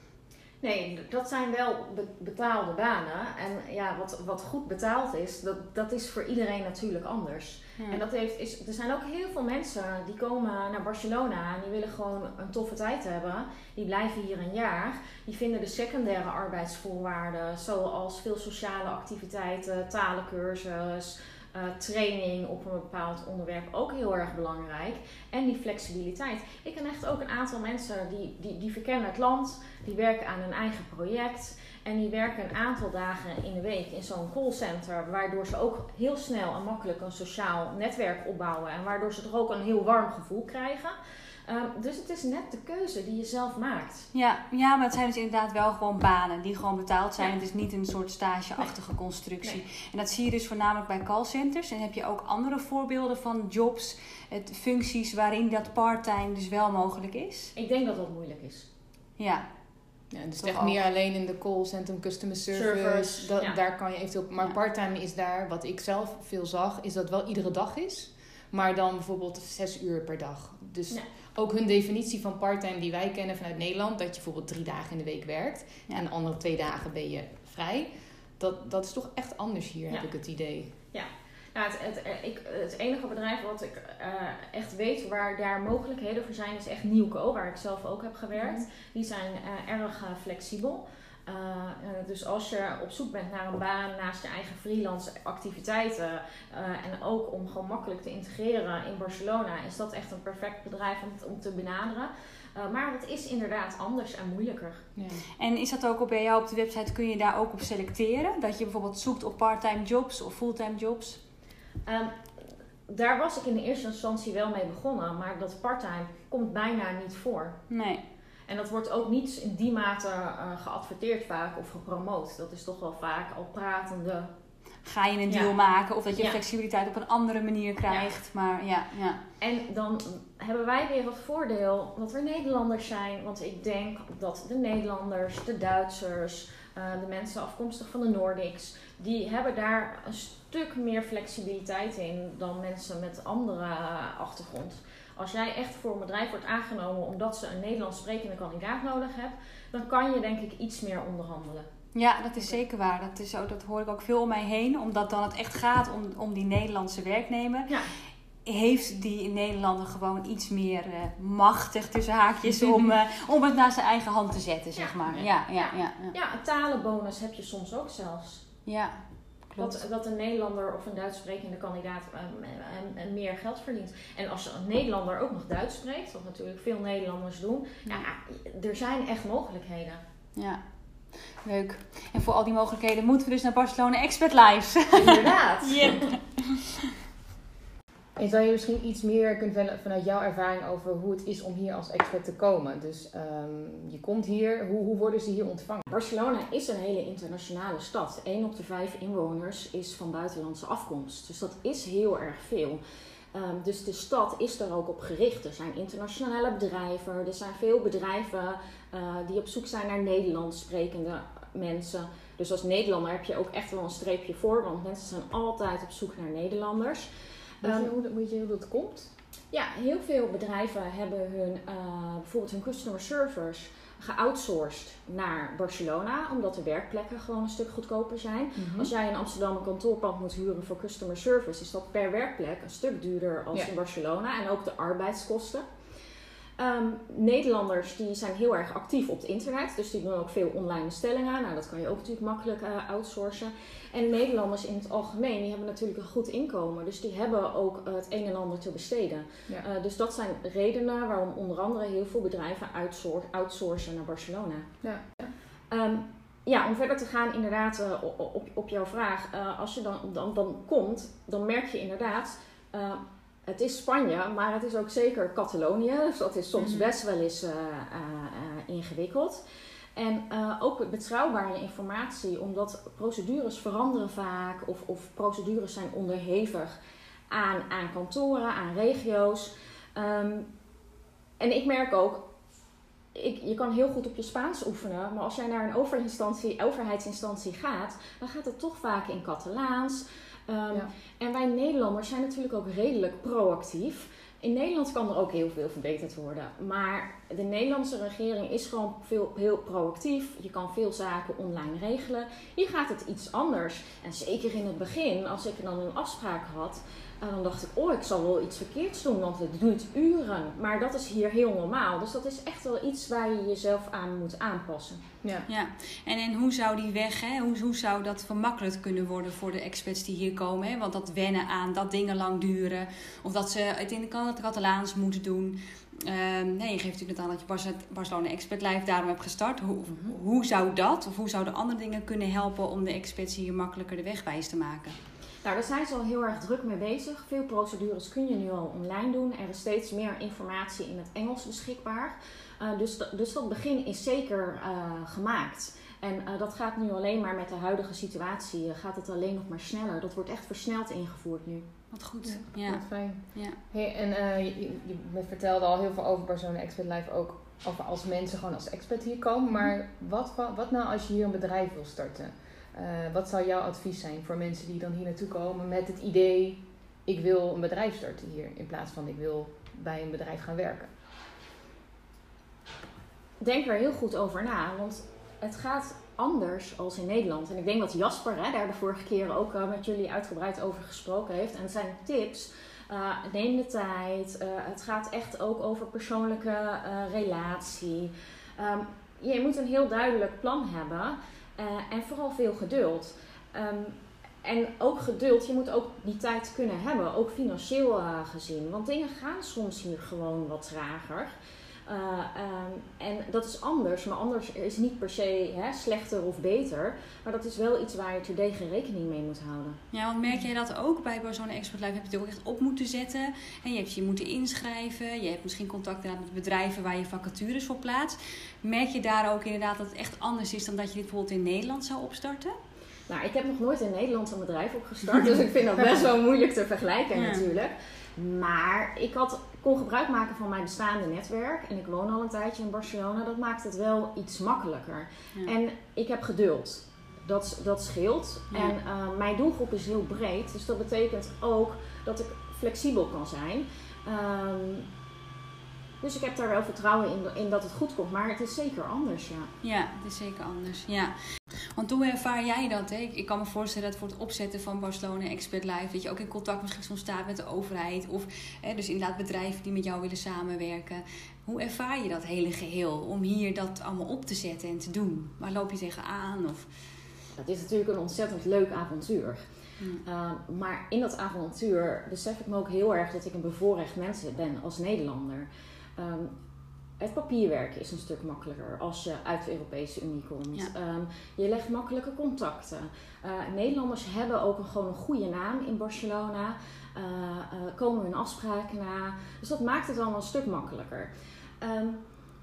Nee, dat zijn wel betaalde banen. En ja, wat, wat goed betaald is, dat, dat is voor iedereen natuurlijk anders. Ja. En dat heeft, is, er zijn ook heel veel mensen die komen naar Barcelona en die willen gewoon een toffe tijd hebben. Die blijven hier een jaar. Die vinden de secundaire arbeidsvoorwaarden, zoals veel sociale activiteiten, talencursus, Uh, training op een bepaald onderwerp ook heel erg belangrijk. En die flexibiliteit. Ik ken echt ook een aantal mensen die, die, die verkennen het land. Die werken aan hun eigen project. En die werken een aantal dagen in de week in zo'n callcenter. Waardoor ze ook heel snel en makkelijk een sociaal netwerk opbouwen. En waardoor ze toch ook een heel warm gevoel krijgen. Um, dus het is net de keuze die je zelf maakt. Ja, ja, maar het zijn dus inderdaad wel gewoon banen die gewoon betaald zijn. Ja. Het is niet een soort stageachtige nee. constructie. Nee. En dat zie je dus voornamelijk bij callcenters. En heb je ook andere voorbeelden van jobs, het, functies waarin dat parttime dus wel mogelijk is? Ik denk dat dat moeilijk is. Ja. Ja, dus echt meer alleen in de callcenter, customer service. Servers, da- ja. Daar kan je eventueel. Maar ja. parttime is daar, wat ik zelf veel zag, is dat wel iedere dag is. Maar dan bijvoorbeeld zes uur per dag. Dus ja. ook hun definitie van parttime die wij kennen vanuit Nederland, dat je bijvoorbeeld drie dagen in de week werkt. Ja. En de andere twee dagen ben je vrij. Dat, dat is toch echt anders hier, ja. heb ik het idee. Ja. Nou, het, het, ik, het enige bedrijf wat ik uh, echt weet waar daar mogelijkheden voor zijn, is echt Nieuwco, waar ik zelf ook heb gewerkt. Mm-hmm. Die zijn uh, erg uh, flexibel. Uh, uh, dus als je op zoek bent naar een baan naast je eigen freelance activiteiten uh, en ook om gewoon makkelijk te integreren in Barcelona, is dat echt een perfect bedrijf om, om te benaderen. Uh, maar het is inderdaad anders en moeilijker. Ja. En is dat ook op bij jou op de website, kun je daar ook op selecteren? Dat je bijvoorbeeld zoekt op parttime jobs of fulltime jobs? Um, daar was ik in de eerste instantie wel mee begonnen, maar dat parttime komt bijna niet voor. Nee. En dat wordt ook niet in die mate uh, geadverteerd vaak of gepromoot. Dat is toch wel vaak al pratende. Ga je een deal ja. maken of dat je ja. flexibiliteit op een andere manier krijgt. Ja. Maar ja, ja. En dan hebben wij weer het voordeel dat we Nederlanders zijn. Want ik denk dat de Nederlanders, de Duitsers, uh, de mensen afkomstig van de Nordics, die hebben daar een stuk meer flexibiliteit in dan mensen met andere uh, achtergrond. Als jij echt voor een bedrijf wordt aangenomen omdat ze een Nederlands sprekende kandidaat nodig hebt, dan kan je denk ik iets meer onderhandelen. Ja, dat is zeker waar. Dat, is ook, dat hoor ik ook veel om mij heen. Omdat dan het echt gaat om, om die Nederlandse werknemer. Ja. Heeft die Nederlander gewoon iets meer uh, machtig tussen haakjes om, uh, om het naar zijn eigen hand te zetten, zeg maar. Ja, ja, ja, ja, ja. ja een talenbonus heb je soms ook zelfs. Ja. Dat, dat een Nederlander of een Duits sprekende kandidaat um, um, um, meer geld verdient. En als een Nederlander ook nog Duits spreekt, wat natuurlijk veel Nederlanders doen, ja, er zijn echt mogelijkheden. Ja, leuk. En voor al die mogelijkheden moeten we dus naar Barcelona Expat Lives. Inderdaad. Yeah. En zou je misschien iets meer kunnen vertellen vanuit jouw ervaring over hoe het is om hier als expat te komen? Dus um, je komt hier, hoe, hoe worden ze hier ontvangen? Barcelona is een hele internationale stad. Eén op de vijf inwoners is van buitenlandse afkomst. Dus dat is heel erg veel. Um, dus de stad is daar ook op gericht. Er zijn internationale bedrijven. Er zijn veel bedrijven uh, die op zoek zijn naar Nederlands sprekende mensen. Dus als Nederlander heb je ook echt wel een streepje voor. Want mensen zijn altijd op zoek naar Nederlanders. Weet je, hoe, weet je hoe dat komt? Ja, heel veel bedrijven hebben hun, uh, bijvoorbeeld hun customer service geoutsourced naar Barcelona, omdat de werkplekken gewoon een stuk goedkoper zijn. Mm-hmm. Als jij in Amsterdam een kantoorpand moet huren voor customer service, is dat per werkplek een stuk duurder als ja. in Barcelona. En ook de arbeidskosten. Um, Nederlanders die zijn heel erg actief op het internet, dus die doen ook veel online bestellingen. Nou, dat kan je ook natuurlijk makkelijk uh, outsourcen. En Nederlanders in het algemeen, die hebben natuurlijk een goed inkomen, dus die hebben ook uh, het een en ander te besteden. Ja. Uh, dus dat zijn redenen waarom onder andere heel veel bedrijven outsource, outsourcen naar Barcelona. Ja. Ja. Um, ja, om verder te gaan inderdaad uh, op, op jouw vraag, uh, als je dan, dan, dan komt, dan merk je inderdaad, uh, het is Spanje, maar het is ook zeker Catalonië. Dus dat is soms best wel eens uh, uh, uh, ingewikkeld. En uh, ook betrouwbare informatie, omdat procedures veranderen vaak of, of procedures zijn onderhevig aan, aan kantoren, aan regio's. Um, en ik merk ook, ik, je kan heel goed op je Spaans oefenen, maar als jij naar een overinstantie, overheidsinstantie gaat, dan gaat het toch vaak in Catalaans. Um, ja. En wij Nederlanders zijn natuurlijk ook redelijk proactief. In Nederland kan er ook heel veel verbeterd worden. Maar de Nederlandse regering is gewoon veel, heel proactief. Je kan veel zaken online regelen. Hier gaat het iets anders. En zeker in het begin, als ik dan een afspraak had, dan dacht ik, oh, ik zal wel iets verkeerds doen, want het duurt uren. Maar dat is hier heel normaal. Dus dat is echt wel iets waar je jezelf aan moet aanpassen. Ja, ja. En, en hoe zou die weg, hè? Hoe, hoe zou dat vermakkelijkt kunnen worden voor de expats die hier komen? Hè? Want dat wennen aan, dat dingen lang duren. Of dat ze het in het Catalaans moeten doen. Um, nee, je geeft natuurlijk net aan dat je Barcelona Expat Life daarom hebt gestart. Hoe, mm-hmm. hoe zou dat, of hoe zouden andere dingen kunnen helpen om de expats hier makkelijker de weg wijs te maken? Nou, daar zijn ze al heel erg druk mee bezig. Veel procedures kun je nu al online doen. Er is steeds meer informatie in het Engels beschikbaar. Uh, dus, dus dat begin is zeker uh, gemaakt. En uh, dat gaat nu alleen maar met de huidige situatie. Uh, gaat het alleen nog maar sneller. Dat wordt echt versneld ingevoerd nu. Wat goed. Ja, ja. Wat fijn. Ja. Hey, en uh, je, je vertelde al heel veel over Barcelona Expat Life. Ook over als mensen gewoon als expat hier komen. Maar wat, wat nou als je hier een bedrijf wil starten? Uh, wat zou jouw advies zijn voor mensen die dan hier naartoe komen met het idee, ik wil een bedrijf starten hier in plaats van ik wil bij een bedrijf gaan werken? Denk er heel goed over na, want het gaat anders als in Nederland. En ik denk dat Jasper hè, daar de vorige keer ook uh, met jullie uitgebreid over gesproken heeft. En het zijn tips. Uh, neem de tijd. Uh, het gaat echt ook over persoonlijke uh, relatie. Um, je moet een heel duidelijk plan hebben. Uh, en vooral veel geduld. Um, en ook geduld, je moet ook die tijd kunnen hebben, ook financieel uh, gezien. Want dingen gaan soms hier gewoon wat trager. Uh, um, en dat is anders, maar anders is niet per se hè, slechter of beter. Maar dat is wel iets waar je terdege rekening mee moet houden. Ja, want merk jij dat ook bij Barcelona Expat Life? Heb je het ook echt op moeten zetten? En je hebt je moeten inschrijven. Je hebt misschien contact met bedrijven waar je vacatures voor plaatst. Merk je daar ook inderdaad dat het echt anders is dan dat je dit bijvoorbeeld in Nederland zou opstarten? Nou, ik heb nog nooit in Nederland een bedrijf opgestart. Dus ik vind dat best wel moeilijk te vergelijken ja. natuurlijk. Maar ik had, kon gebruik maken van mijn bestaande netwerk. En ik woon al een tijdje in Barcelona. Dat maakt het wel iets makkelijker. Ja. En ik heb geduld. Dat, dat scheelt. Ja. En uh, mijn doelgroep is heel breed. Dus dat betekent ook dat ik flexibel kan zijn. Um, dus ik heb daar wel vertrouwen in, in dat het goed komt. Maar het is zeker anders, ja. Ja, het is zeker anders, ja. Want hoe ervaar jij dat? Hè? Ik kan me voorstellen dat voor het opzetten van Barcelona Expat Life, dat je ook in contact misschien soms staat met de overheid. Of hè, dus inderdaad bedrijven die met jou willen samenwerken. Hoe ervaar je dat hele geheel om hier dat allemaal op te zetten en te doen? Waar loop je tegenaan? Of... Het is natuurlijk een ontzettend leuk avontuur. Hmm. Uh, maar in dat avontuur besef ik me ook heel erg dat ik een bevoorrecht mens ben als Nederlander. Um, Het papierwerk is een stuk makkelijker als je uit de Europese Unie komt. Ja. Um, je legt makkelijke contacten. Uh, Nederlanders hebben ook een, gewoon een goede naam in Barcelona. Uh, uh, komen hun afspraken na. Dus dat maakt het allemaal een stuk makkelijker. Um,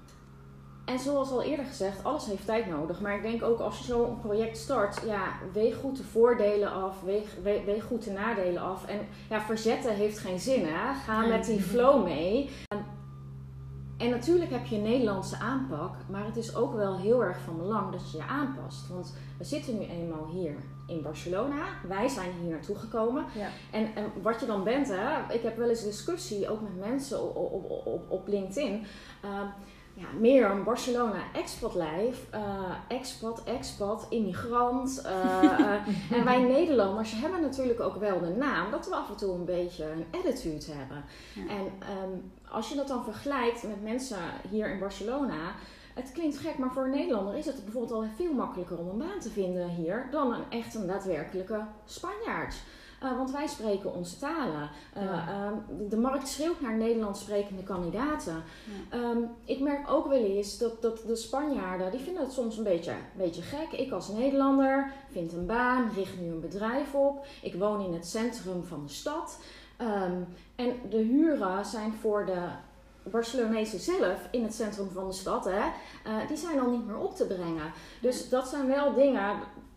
en zoals al eerder gezegd, alles heeft tijd nodig. Maar ik denk ook als je zo'n project start, ja, weeg goed de voordelen af. Weeg, weeg, weeg goed de nadelen af. En ja, verzetten heeft geen zin, hè. Ga met die flow mee. Um, En natuurlijk heb je een Nederlandse aanpak, maar het is ook wel heel erg van belang dat je je aanpast. Want we zitten nu eenmaal hier in Barcelona. Wij zijn hier naartoe gekomen. Ja. En, en wat je dan bent, hè, ik heb wel eens discussie, ook met mensen op, op, op, op LinkedIn. Uh, ja, meer een Barcelona Expat Life, uh, expat, expat, immigrant. Uh, uh, en wij Nederlanders hebben natuurlijk ook wel de naam dat we af en toe een beetje een attitude hebben. Ja. En um, als je dat dan vergelijkt met mensen hier in Barcelona, het klinkt gek, maar voor een Nederlander is het bijvoorbeeld al veel makkelijker om een baan te vinden hier dan een echt een daadwerkelijke Spanjaard. Uh, want wij spreken onze talen. Uh, ja. uh, de markt schreeuwt naar Nederlands sprekende kandidaten. Ja. Um, ik merk ook wel eens dat, dat de Spanjaarden, die vinden het soms een beetje, een beetje gek. Ik als Nederlander vind een baan, richt nu een bedrijf op. Ik woon in het centrum van de stad. Um, en de huren zijn voor de Barcelonezen zelf in het centrum van de stad, hè, uh, die zijn al niet meer op te brengen. Dus dat zijn wel dingen.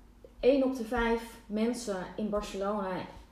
één op de vijf mensen in Barcelona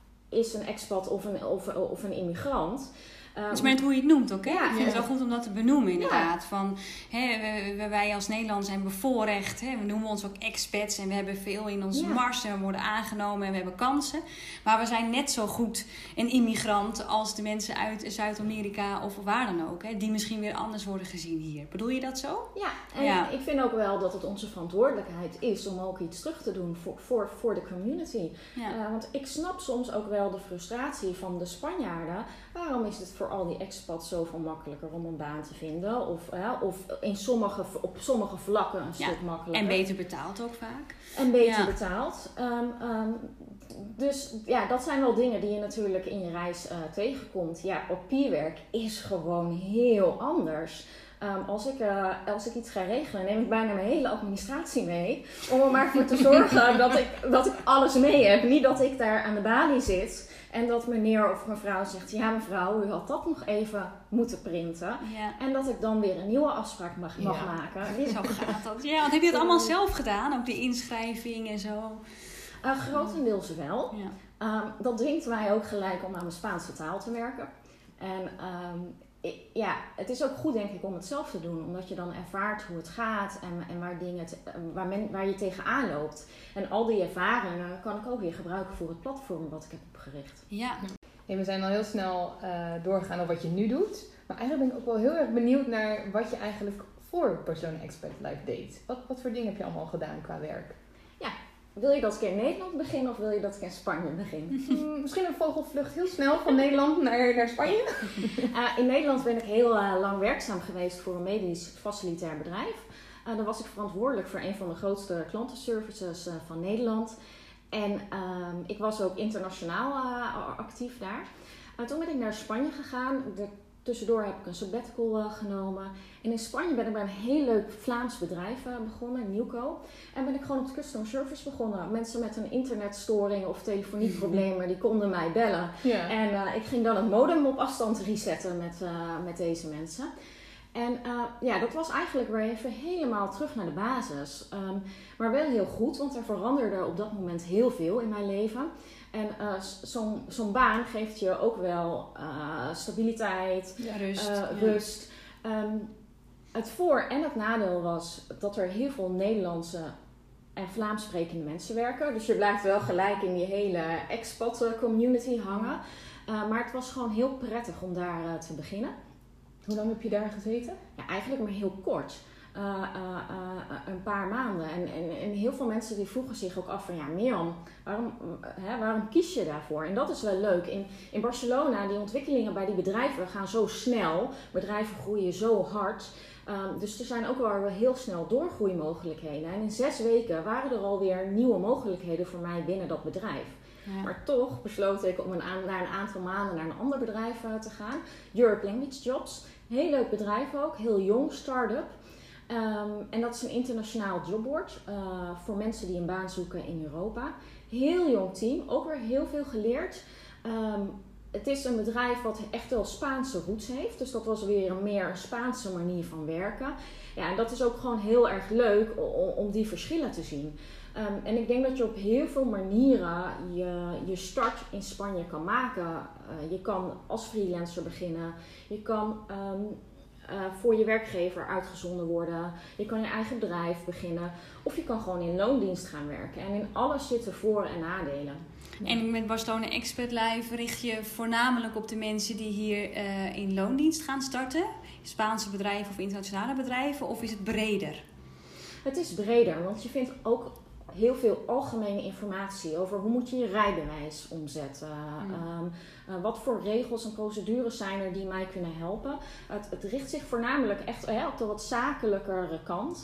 is een expat of een, of, of een immigrant. Um, dat is maar net hoe je het noemt ook, hè? Ja, ik vind ja. het wel goed om dat te benoemen, inderdaad. Ja. Van, hè, we, wij als Nederlanders zijn bevoorrecht. Hè? We noemen ons ook expats en we hebben veel in onze ja. mars en we worden aangenomen en we hebben kansen. Maar we zijn net zo goed een immigrant als de mensen uit Zuid-Amerika of waar dan ook. Hè? Die misschien weer anders worden gezien hier. Bedoel je dat zo? Ja, en ja. ik vind ook wel dat het onze verantwoordelijkheid is om ook iets terug te doen voor, voor, voor de community. Ja. Uh, want ik snap soms ook wel de frustratie van de Spanjaarden. Waarom is het voor al die expats zoveel makkelijker om een baan te vinden? Of, uh, of in sommige, op sommige vlakken een ja, stuk makkelijker. En beter betaald ook vaak. En beter ja. betaald. Um, um, dus ja, dat zijn wel dingen die je natuurlijk in je reis uh, tegenkomt. Ja, papierwerk is gewoon heel anders. Um, als, ik, uh, als ik iets ga regelen, neem ik bijna mijn hele administratie mee. Om er maar voor te zorgen dat, ik, dat ik alles mee heb. Niet dat ik daar aan de balie zit. En dat meneer of mevrouw zegt, ja mevrouw, u had dat nog even moeten printen. Ja. En dat ik dan weer een nieuwe afspraak mag, mag ja. maken. Zo gaat dat. Ja, want heb je het allemaal zelf gedaan? Ook de inschrijving en zo? Uh, grotendeels wel. Ja. Um, dat dwingt mij ook gelijk om aan mijn Spaanse taal te werken. En um, ik, ja, het is ook goed denk ik om het zelf te doen. Omdat je dan ervaart hoe het gaat en, en waar, dingen te, waar, men, waar je tegenaan loopt. En al die ervaringen kan ik ook weer gebruiken voor het platform wat ik heb opgericht. Ja. Hey, we zijn al heel snel uh, doorgegaan op wat je nu doet. Maar eigenlijk ben ik ook wel heel erg benieuwd naar wat je eigenlijk voor Barcelona Expat Life deed. Wat, wat voor dingen heb je allemaal gedaan qua werk? Ja. Wil je dat ik in Nederland begin of wil je dat ik in Spanje begin? Hmm, misschien een vogelvlucht heel snel van Nederland naar, naar Spanje. Uh, in Nederland ben ik heel uh, lang werkzaam geweest voor een medisch facilitair bedrijf. Uh, dan was ik verantwoordelijk voor een van de grootste klantenservices uh, van Nederland. En uh, ik was ook internationaal uh, actief daar. Uh, toen ben ik naar Spanje gegaan. De, tussendoor heb ik een sabbatical uh, genomen. En in Spanje ben ik bij een heel leuk Vlaams bedrijf uh, begonnen, Nieuwco. En ben ik gewoon op de customer service begonnen. Mensen met een internetstoring of telefonieproblemen, die konden mij bellen. Ja. En uh, ik ging dan het modem op afstand resetten met, uh, met deze mensen. En uh, ja, dat was eigenlijk weer even helemaal terug naar de basis. Um, maar wel heel goed, want er veranderde op dat moment heel veel in mijn leven. En uh, zo'n, zo'n baan geeft je ook wel uh, stabiliteit, ja, rust. Uh, rust. Ja. Um, het voor- en het nadeel was dat er heel veel Nederlandse en Vlaams sprekende mensen werken. Dus je blijft wel gelijk in die hele expat community hangen. Uh, maar het was gewoon heel prettig om daar uh, te beginnen. Hoe lang heb je daar gezeten? Ja, eigenlijk maar heel kort. Uh, uh, uh, een paar maanden. En, en, en heel veel mensen die vroegen zich ook af van ja, Mirjam, waarom, hè, waarom kies je daarvoor? En dat is wel leuk. In, in Barcelona, die ontwikkelingen bij die bedrijven gaan zo snel. Bedrijven groeien zo hard. Um, dus er zijn ook wel heel snel doorgroeimogelijkheden. En in zes weken waren er alweer nieuwe mogelijkheden voor mij binnen dat bedrijf. Ja. Maar toch besloot ik om een, na een aantal maanden naar een ander bedrijf uh, te gaan. Europe Language Jobs. Heel leuk bedrijf ook. Heel jong, start-up. Um, en dat is een internationaal jobboard uh, voor mensen die een baan zoeken in Europa. Heel jong team. Ook weer heel veel geleerd. Um, het is een bedrijf wat echt wel Spaanse roots heeft. Dus dat was weer een meer een Spaanse manier van werken. Ja, en dat is ook gewoon heel erg leuk om, om die verschillen te zien. Um, en ik denk dat je op heel veel manieren je, je start in Spanje kan maken. Uh, je kan als freelancer beginnen. Je kan um, uh, voor je werkgever uitgezonden worden. Je kan je eigen bedrijf beginnen. Of je kan gewoon in loondienst gaan werken. En in alles zitten voor- en nadelen. En met Barcelona Expat Life richt je voornamelijk op de mensen die hier uh, in loondienst gaan starten? Spaanse bedrijven of internationale bedrijven? Of is het breder? Het is breder, want je vindt ook heel veel algemene informatie over hoe moet je je rijbewijs omzetten. Mm. Um, uh, wat voor regels en procedures zijn er die mij kunnen helpen. Het, het richt zich voornamelijk echt hè, op de wat zakelijkere kant.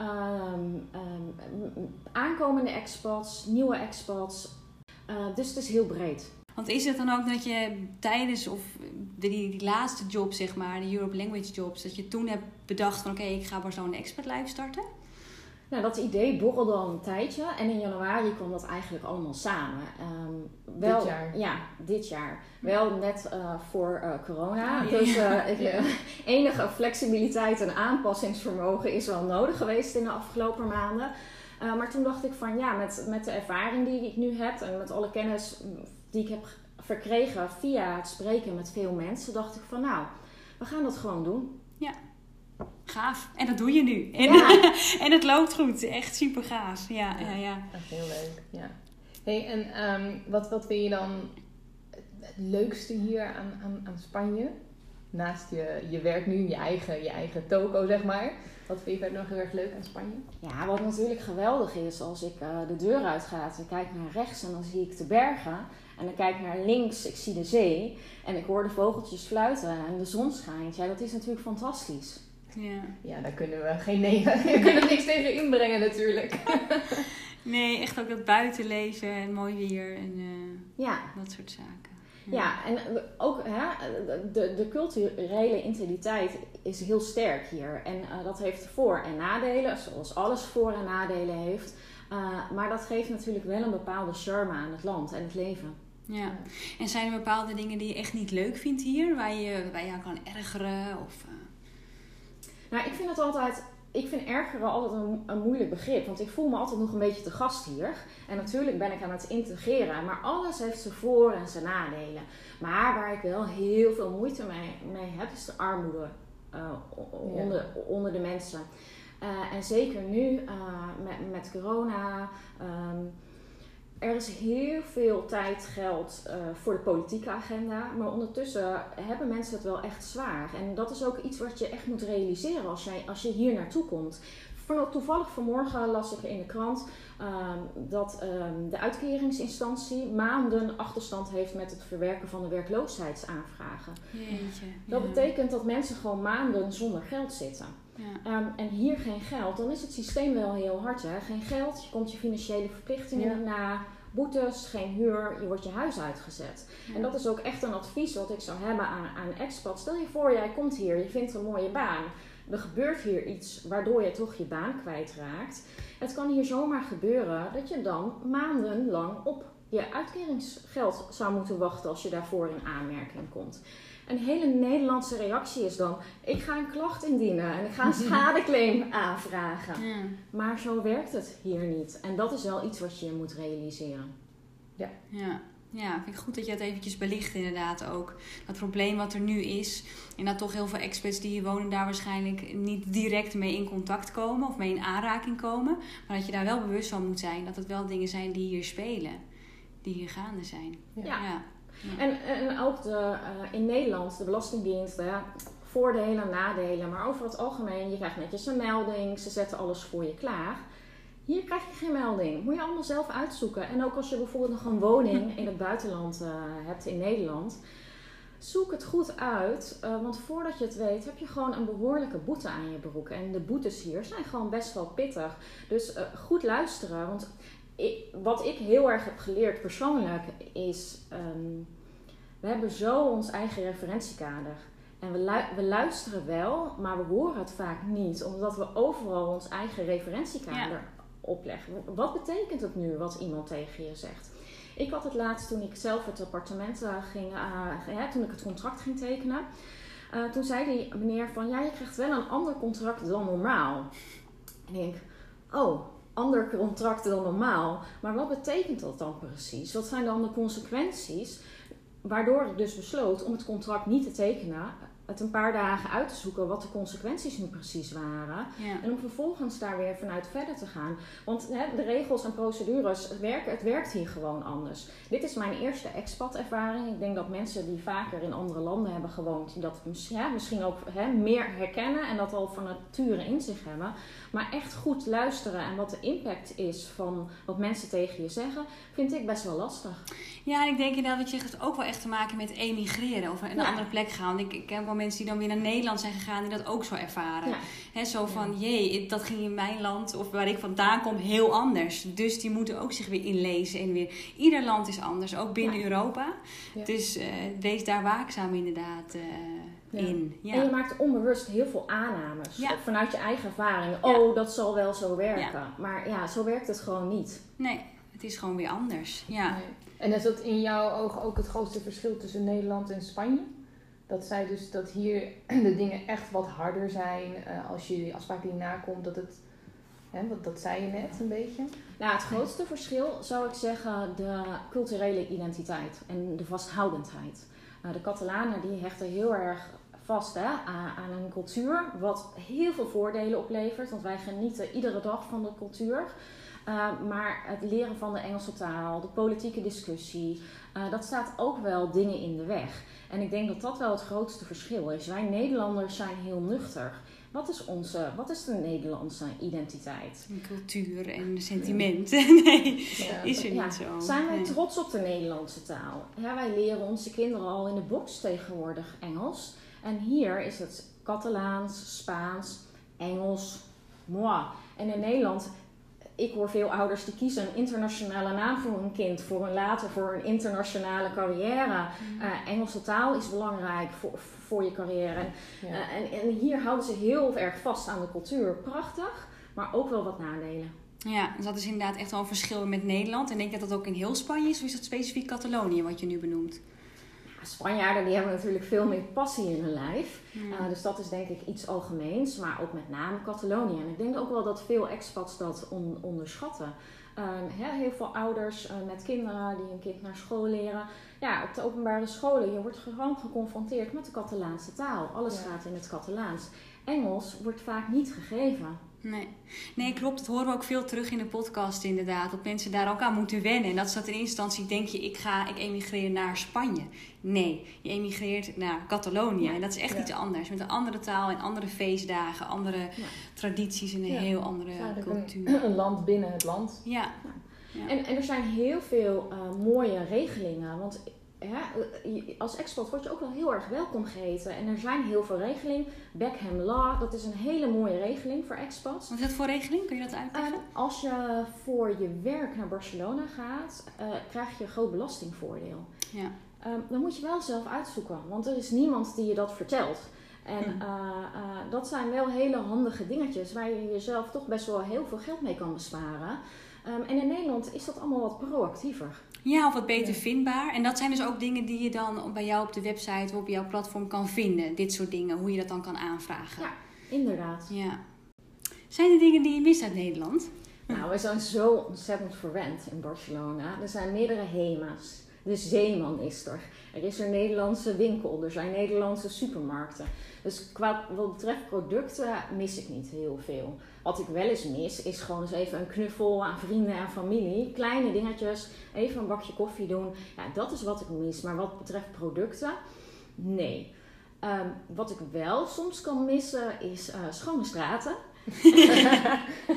Um, um, aankomende expats, nieuwe expats. Uh, dus het is heel breed. Want is het dan ook dat je tijdens of die, die laatste job, zeg maar, de Europe Language Jobs, dat je toen hebt bedacht van oké, okay, ik ga Barcelona Expat Life starten? Nou, dat idee borrelde al een tijdje en in januari kwam dat eigenlijk allemaal samen. Um, wel, dit jaar? Ja, dit jaar. Wel net uh, voor uh, corona. Oh, dus ja. uh, ik, Ja. enige flexibiliteit en aanpassingsvermogen is wel nodig geweest in de afgelopen maanden. Uh, maar toen dacht ik van ja, met, met de ervaring die ik nu heb en met alle kennis die ik heb verkregen via het spreken met veel mensen, dacht ik van nou, we gaan dat gewoon doen. Ja. Gaaf. En dat doe je nu. En, Ja. en het loopt goed. Echt super gaaf. Ja, ja, ja. Echt heel leuk, ja. Hey, en um, wat, wat vind je dan het leukste hier aan, aan, aan Spanje? Naast je, je werk nu, je eigen, je eigen toko, zeg maar. Wat vind je verder nog heel erg leuk aan Spanje? Ja, wat natuurlijk geweldig is als ik uh, de deur uitga en kijk naar rechts en dan zie ik de bergen. En dan kijk ik naar links, ik zie de zee en ik hoor de vogeltjes fluiten en de zon schijnt. Ja, dat is natuurlijk fantastisch. Ja. Ja, daar kunnen we geen nee, daar kunnen we niks tegen inbrengen natuurlijk. Nee, echt ook dat buitenleven en mooi weer en uh, Ja. dat soort zaken. Ja, en ook hè, de, de culturele integriteit is heel sterk hier. En uh, dat heeft voor- en nadelen, zoals alles voor- en nadelen heeft. Uh, maar dat geeft natuurlijk wel een bepaalde charme aan het land en het leven. Ja. En zijn er bepaalde dingen die je echt niet leuk vindt hier? Waar je bij jou kan ergeren? Of, uh... Nou, ik vind het altijd... Ik vind ergeren altijd een, een moeilijk begrip, want ik voel me altijd nog een beetje te gast hier. En natuurlijk ben ik aan het integreren, maar alles heeft zijn voor- en zijn nadelen. Maar waar ik wel heel veel moeite mee, mee heb, is de armoede uh, onder, ja. onder de mensen. Uh, en zeker nu uh, met, met corona. Um, Er is heel veel tijd, geld uh, voor de politieke agenda, maar ondertussen hebben mensen het wel echt zwaar. En dat is ook iets wat je echt moet realiseren als, jij, als je hier naartoe komt. Toevallig vanmorgen las ik in de krant um, dat um, de uitkeringsinstantie maanden achterstand heeft met het verwerken van de werkloosheidsaanvragen. Jeetje, dat ja. betekent dat mensen gewoon maanden zonder geld zitten. Ja. Um, en hier geen geld, dan is het systeem wel heel hard. Hè? Geen geld, je komt je financiële verplichtingen Ja. na, boetes, geen huur, je wordt je huis uitgezet. Ja. En dat is ook echt een advies wat ik zou hebben aan, aan expats. Stel je voor, jij komt hier, je vindt een mooie baan. Er gebeurt hier iets waardoor je toch je baan kwijtraakt. Het kan hier zomaar gebeuren dat je dan maandenlang op je uitkeringsgeld zou moeten wachten als je daarvoor in aanmerking komt. Een hele Nederlandse reactie is dan, ik ga een klacht indienen en ik ga een schadeclaim aanvragen. Ja. Maar zo werkt het hier niet. En dat is wel iets wat je moet realiseren. Ja. Ja, vind ik goed dat je het eventjes belicht inderdaad ook. Dat probleem wat er nu is. En dat toch heel veel expats die hier wonen daar waarschijnlijk niet direct mee in contact komen. Of mee in aanraking komen. Maar dat je daar wel bewust van moet zijn. Dat het wel dingen zijn die hier spelen. Die hier gaande zijn. Ja. ja. ja. En, en ook de, uh, in Nederland, de Belastingdienst, ja, voordelen, nadelen. Maar over het algemeen, je krijgt netjes een melding. Ze zetten alles voor je klaar. Hier krijg je geen melding. Moet je allemaal zelf uitzoeken. En ook als je bijvoorbeeld nog een woning in het buitenland uh, hebt in Nederland. Zoek het goed uit. Uh, want voordat je het weet heb je gewoon een behoorlijke boete aan je broek. En de boetes hier zijn gewoon best wel pittig. Dus uh, goed luisteren. Want ik, wat ik heel erg heb geleerd persoonlijk is... Um, we hebben zo ons eigen referentiekader. En we, lu- we luisteren wel, maar we horen het vaak niet. Omdat we overal ons eigen referentiekader... Ja. opleggen. Wat betekent het nu wat iemand tegen je zegt? Ik had het laatst toen ik zelf het appartement uh, ging, uh, ja, toen ik het contract ging tekenen. Uh, toen zei die meneer van, ja, je krijgt wel een ander contract dan normaal. En ik denk, oh, ander contract dan normaal. Maar wat betekent dat dan precies? Wat zijn dan de consequenties? Waardoor ik dus besloot om het contract niet te tekenen. Het een paar dagen uit te zoeken wat de consequenties nu precies waren. Ja. En om vervolgens daar weer vanuit verder te gaan. Want hè, de regels en procedures, het, werken, het werkt hier gewoon anders. Dit is mijn eerste expat-ervaring. Ik denk dat mensen die vaker in andere landen hebben gewoond, die dat ja, misschien ook hè, meer herkennen en dat al van nature in zich hebben. Maar echt goed luisteren en wat de impact is van wat mensen tegen je zeggen, vind ik best wel lastig. Ja, en ik denk inderdaad dat je het ook wel echt te maken met emigreren of naar een ja. andere plek gaan. Ik, ik ken wel mensen die dan weer naar Nederland zijn gegaan die dat ook zo ervaren. Ja. He, zo van, ja. jee, dat ging in mijn land of waar ik vandaan kom heel anders. Dus die moeten ook zich weer inlezen en weer. Ieder land is anders, ook binnen ja. Europa. Ja. Dus uh, wees daar waakzaam inderdaad uh, ja. in. Ja. En je maakt onbewust heel veel aannames ja. vanuit je eigen ervaring. Oh, ja. dat zal wel zo werken. Ja. Maar ja, zo werkt het gewoon niet. Nee. Het is gewoon weer anders. Ja. Nee. En is dat in jouw ogen ook het grootste verschil tussen Nederland en Spanje? Dat zij dus dat hier de dingen echt wat harder zijn uh, als je die afspraken die nakomt, dat het, hè, wat, dat zei je net een beetje. Nou, het grootste verschil zou ik zeggen de culturele identiteit en de vasthoudendheid. Uh, de Catalanen die hechten heel erg vast hè, aan, aan een cultuur, wat heel veel voordelen oplevert, want wij genieten iedere dag van de cultuur. Uh, maar het leren van de Engelse taal, de politieke discussie, uh, dat staat ook wel dingen in de weg. En ik denk dat dat wel het grootste verschil is. Wij Nederlanders zijn heel nuchter. Wat is onze, wat is de Nederlandse identiteit? En cultuur en sentimenten. Nee, ja, is er ja, niet zo. Zijn wij nee. trots op de Nederlandse taal? Ja, wij leren onze kinderen al in de box tegenwoordig Engels. En hier is het Catalaans, Spaans, Engels, moi. En in Nederland, ik hoor veel ouders die kiezen een internationale naam voor hun kind, voor een later voor een internationale carrière. Mm. Uh, Engelse taal is belangrijk voor, voor je carrière. En, ja. uh, en, en hier houden ze heel erg vast aan de cultuur. Prachtig, maar ook wel wat nadelen. Ja, dus dat is inderdaad echt wel een verschil met Nederland. En denk je dat dat ook in heel Spanje is, of is dat specifiek Catalonië wat je nu benoemt? Spanjaarden die hebben natuurlijk veel meer passie in hun lijf. Mm. Uh, dus dat is denk ik iets algemeens. Maar ook met name Catalonië. En ik denk ook wel dat veel expats dat on- onderschatten. Uh, he, heel veel ouders uh, met kinderen die een kind naar school leren. Ja, op de openbare scholen. Je wordt gewoon geconfronteerd met de Catalaanse taal. Alles ja. gaat in het Catalaans. Engels wordt vaak niet gegeven. Nee. nee, klopt. Dat horen we ook veel terug in de podcast inderdaad. Dat mensen daar ook aan moeten wennen. En dat is dat in eerste instantie denk je, ik ga, ik emigreer naar Spanje. Nee, je emigreert naar Catalonië. Ja. En dat is echt ja. iets anders. Met een andere taal en andere feestdagen, andere ja. tradities en een ja. heel andere ja, cultuur. Een, een land binnen het land. Ja. ja. ja. En, en er zijn heel veel uh, mooie regelingen. Want ja, als expat word je ook wel heel erg welkom geheten. En er zijn heel veel regelingen. Beckham Law, dat is een hele mooie regeling voor expats. Wat is dat voor regeling? Kun je dat uitleggen? Uh, als je voor je werk naar Barcelona gaat, uh, krijg je een groot belastingvoordeel. Ja. Uh, dan moet je wel zelf uitzoeken, want er is niemand die je dat vertelt. En uh, uh, dat zijn wel hele handige dingetjes waar je jezelf toch best wel heel veel geld mee kan besparen. Um, en in Nederland is dat allemaal wat proactiever. Ja, of wat beter ja. vindbaar. En dat zijn dus ook dingen die je dan bij jou op de website of op jouw platform kan vinden. Dit soort dingen, hoe je dat dan kan aanvragen. Ja, inderdaad. Ja. Zijn er dingen die je mist uit Nederland? Nou, we zijn zo ontzettend verwend in Barcelona. Er zijn meerdere HEMA's. De Zeeman is er. Er is een Nederlandse winkel. Er zijn Nederlandse supermarkten. Dus qua, wat betreft producten mis ik niet heel veel. Wat ik wel eens mis is gewoon eens even een knuffel aan vrienden en familie. Kleine dingetjes. Even een bakje koffie doen. Ja, dat is wat ik mis. Maar wat betreft producten, nee. Um, wat ik wel soms kan missen is uh, schone straten. ja.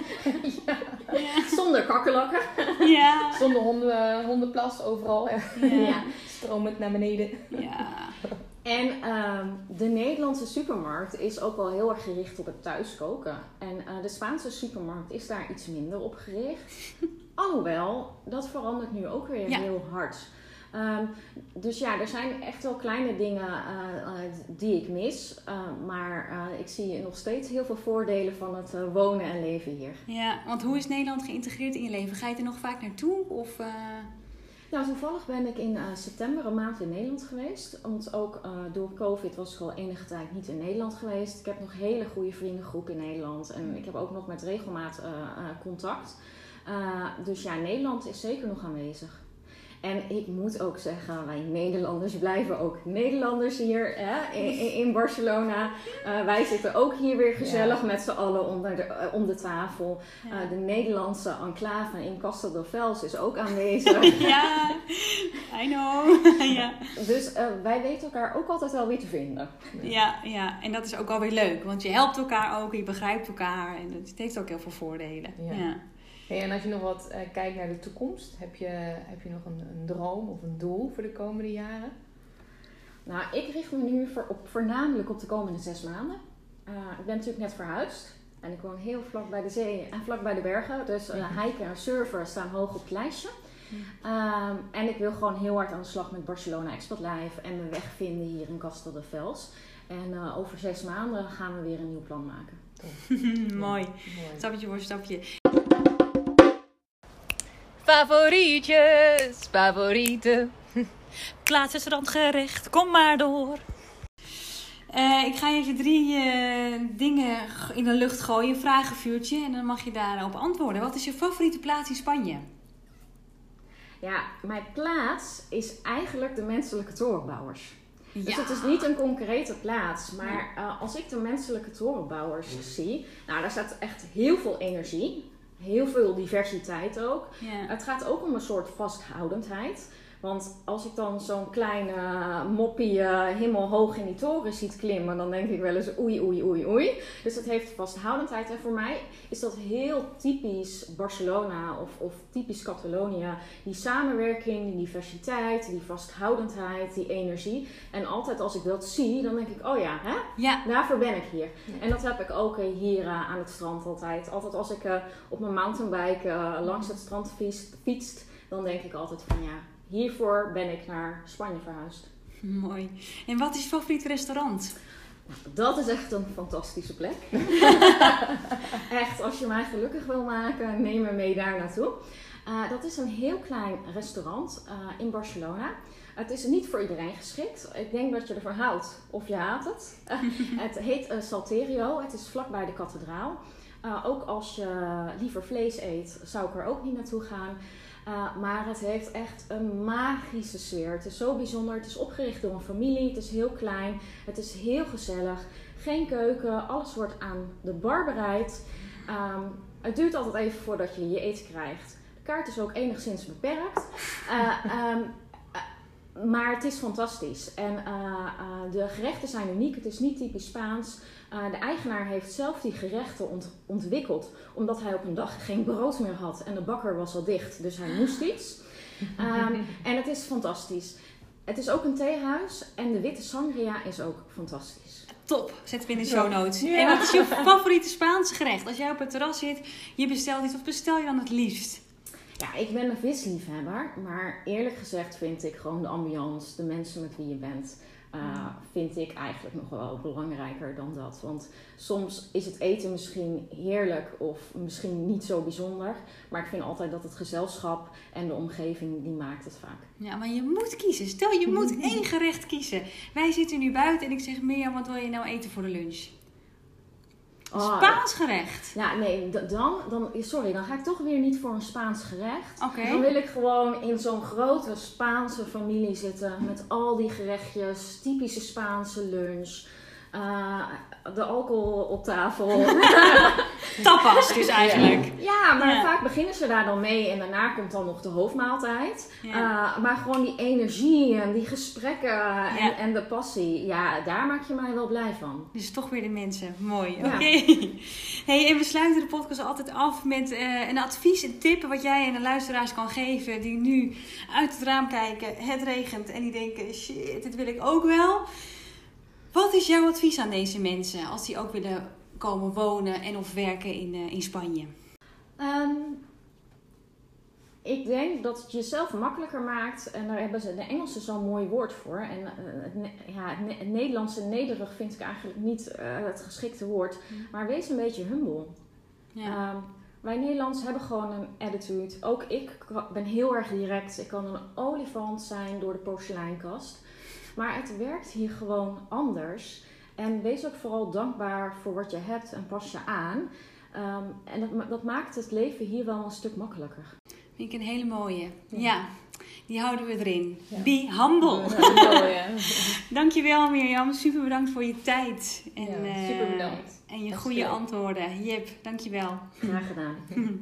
Ja. Zonder kakkerlakken. Ja. Zonder honden, hondenplas overal. Ja. Ja. Stromend naar beneden. Ja. En um, de Nederlandse supermarkt is ook wel heel erg gericht op het thuiskoken. En uh, de Spaanse supermarkt is daar iets minder op gericht. Alhoewel, dat verandert nu ook weer ja. heel hard. Um, dus ja, er zijn echt wel kleine dingen uh, uh, die ik mis. Uh, maar uh, ik zie nog steeds heel veel voordelen van het uh, wonen en leven hier. Ja, want hoe is Nederland geïntegreerd in je leven? Ga je er nog vaak naartoe? Of, uh... Nou, toevallig ben ik in uh, september een maand in Nederland geweest. Want ook uh, door COVID was ik al enige tijd niet in Nederland geweest. Ik heb nog een hele goede vriendengroep in Nederland. En ik heb ook nog met regelmaat uh, uh, contact. Uh, dus ja, Nederland is zeker nog aanwezig. En ik moet ook zeggen, wij Nederlanders blijven ook Nederlanders hier hè, in, in Barcelona. Uh, wij zitten ook hier weer gezellig ja. met z'n allen onder de, uh, om de tafel. Ja. Uh, de Nederlandse enclave in Castel del Vels is ook aanwezig. Ja, I know. ja. Dus uh, wij weten elkaar ook altijd wel weer te vinden. Ja, ja, en dat is ook alweer leuk. Want je helpt elkaar ook, je begrijpt elkaar. En het heeft ook heel veel voordelen. Ja. ja. Hey, en als je nog wat uh, kijkt naar de toekomst, heb je, heb je nog een, een droom of een doel voor de komende jaren? Nou, ik richt me nu voor op, voornamelijk op de komende zes maanden. Uh, ik ben natuurlijk net verhuisd en ik woon heel vlak bij de zee en vlak bij de bergen. Dus uh, hiken en surfen staan hoog op het lijstje. Uh, en ik wil gewoon heel hard aan de slag met Barcelona Expat Live en mijn weg vinden hier in Castel del Vels. En uh, over zes maanden gaan we weer een nieuw plan maken. Mooi. Mooi. Stapje voor stapje. Favorietjes, favorieten. Plaatsrestaurantgerecht, kom maar door. Uh, ik ga even drie uh, dingen in de lucht gooien, een vragenvuurtje. En dan mag je daarop antwoorden. Wat is je favoriete plaats in Spanje? Ja, mijn plaats is eigenlijk de menselijke torenbouwers. Ja. Dus het is niet een concrete plaats. Maar uh, als ik de menselijke torenbouwers zie, nou, daar staat echt heel veel energie. Heel veel diversiteit ook. Ja. Het gaat ook om een soort vasthoudendheid. Want als ik dan zo'n kleine moppie uh, helemaal hoog in die toren ziet klimmen, dan denk ik wel eens oei, oei, oei, oei. Dus het heeft vasthoudendheid. En voor mij is dat heel typisch Barcelona of, of typisch Catalonië. Die samenwerking, die diversiteit, die vasthoudendheid, die energie. En altijd als ik dat zie, dan denk ik, oh ja, hè? Ja. Daarvoor ben ik hier. Ja. En dat heb ik ook uh, hier uh, aan het strand altijd. Altijd als ik uh, op mijn mountainbike uh, langs het strand fietst, fietst, dan denk ik altijd van ja, hiervoor ben ik naar Spanje verhuisd. Mooi. En wat is je favoriete restaurant? Dat is echt een fantastische plek. Echt, als je mij gelukkig wil maken, neem me mee daar naartoe. Uh, dat is een heel klein restaurant uh, in Barcelona. Het is niet voor iedereen geschikt. Ik denk dat je ervan houdt of je haat het. Uh, het heet uh, Salterio. Het is vlakbij de kathedraal. Uh, ook als je liever vlees eet, zou ik er ook niet naartoe gaan. Uh, maar het heeft echt een magische sfeer. Het is zo bijzonder. Het is opgericht door een familie. Het is heel klein. Het is heel gezellig. Geen keuken. Alles wordt aan de bar bereid. Um, het duurt altijd even voordat je je eten krijgt. De kaart is ook enigszins beperkt. Uh, um, uh, maar het is fantastisch. En uh, uh, de gerechten zijn uniek. Het is niet typisch Spaans. Uh, de eigenaar heeft zelf die gerechten ont- ontwikkeld. Omdat hij op een dag geen brood meer had. En de bakker was al dicht. Dus hij moest iets. Um, en het is fantastisch. Het is ook een theehuis. En de witte sangria is ook fantastisch. Top, zetten we in de show notes. Ja. En wat is je favoriete Spaanse gerecht? Als jij op het terras zit, je bestelt iets, wat bestel je dan het liefst? Ja, ik ben een visliefhebber. Maar eerlijk gezegd vind ik gewoon de ambiance, de mensen met wie je bent, Uh, vind ik eigenlijk nog wel belangrijker dan dat. Want soms is het eten misschien heerlijk of misschien niet zo bijzonder. Maar ik vind altijd dat het gezelschap en de omgeving, die maakt het vaak. Ja, maar je moet kiezen. Stel, je moet één gerecht kiezen. Wij zitten nu buiten en ik zeg, Mirjam, wat wil je nou eten voor de lunch? Oh, Spaans gerecht. Ja, nee, dan, dan, sorry, dan ga ik toch weer niet voor een Spaans gerecht. Okay. Dan wil ik gewoon in zo'n grote Spaanse familie zitten met al die gerechtjes, typische Spaanse lunch, uh, de alcohol op tafel. Tapas dus eigenlijk. Ja, maar ja. Vaak beginnen ze daar dan mee en daarna komt dan nog de hoofdmaaltijd. Ja. Uh, maar gewoon die energie en die gesprekken en, ja. en de passie, ja, daar maak je mij wel blij van. Dus toch weer de mensen. Mooi, oké. Okay. Ja. Hey, en we sluiten de podcast altijd af met uh, een advies, een tip wat jij aan de luisteraars kan geven die nu uit het raam kijken, het regent en die denken, shit, dit wil ik ook wel. Wat is jouw advies aan deze mensen als die ook willen komen wonen en of werken in, uh, in Spanje? Um, ik denk dat het jezelf makkelijker maakt. En daar hebben ze de Engelsen zo'n mooi woord voor. En uh, het, ja, het, ne- het Nederlandse nederig vind ik eigenlijk niet uh, het geschikte woord. Mm. Maar wees een beetje humble. Ja. Um, wij Nederlanders hebben gewoon een attitude. Ook ik ben heel erg direct. Ik kan een olifant zijn door de porseleinkast. Maar het werkt hier gewoon anders. En wees ook vooral dankbaar voor wat je hebt en pas je aan. Um, en dat, dat maakt het leven hier wel een stuk makkelijker. Vind ik een hele mooie. Ja, ja, die houden we erin. Ja. Be humble. Ja, ja. Dankjewel Mirjam. Super bedankt voor je tijd. En, ja, super bedankt. Uh, en je goede veel. antwoorden. Jip, dankjewel. Graag gedaan.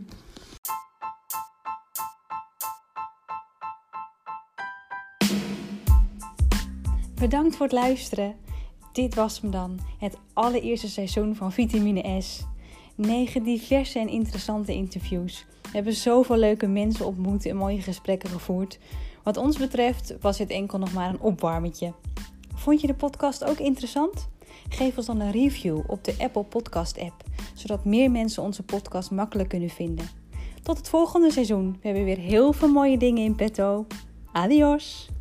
Bedankt voor het luisteren. Dit was hem dan, het allereerste seizoen van Vitamine S. Negen diverse en interessante interviews. We hebben zoveel leuke mensen ontmoet en mooie gesprekken gevoerd. Wat ons betreft was dit enkel nog maar een opwarmetje. Vond je de podcast ook interessant? Geef ons dan een review op de Apple Podcast app, zodat meer mensen onze podcast makkelijk kunnen vinden. Tot het volgende seizoen. We hebben weer heel veel mooie dingen in petto. Adios!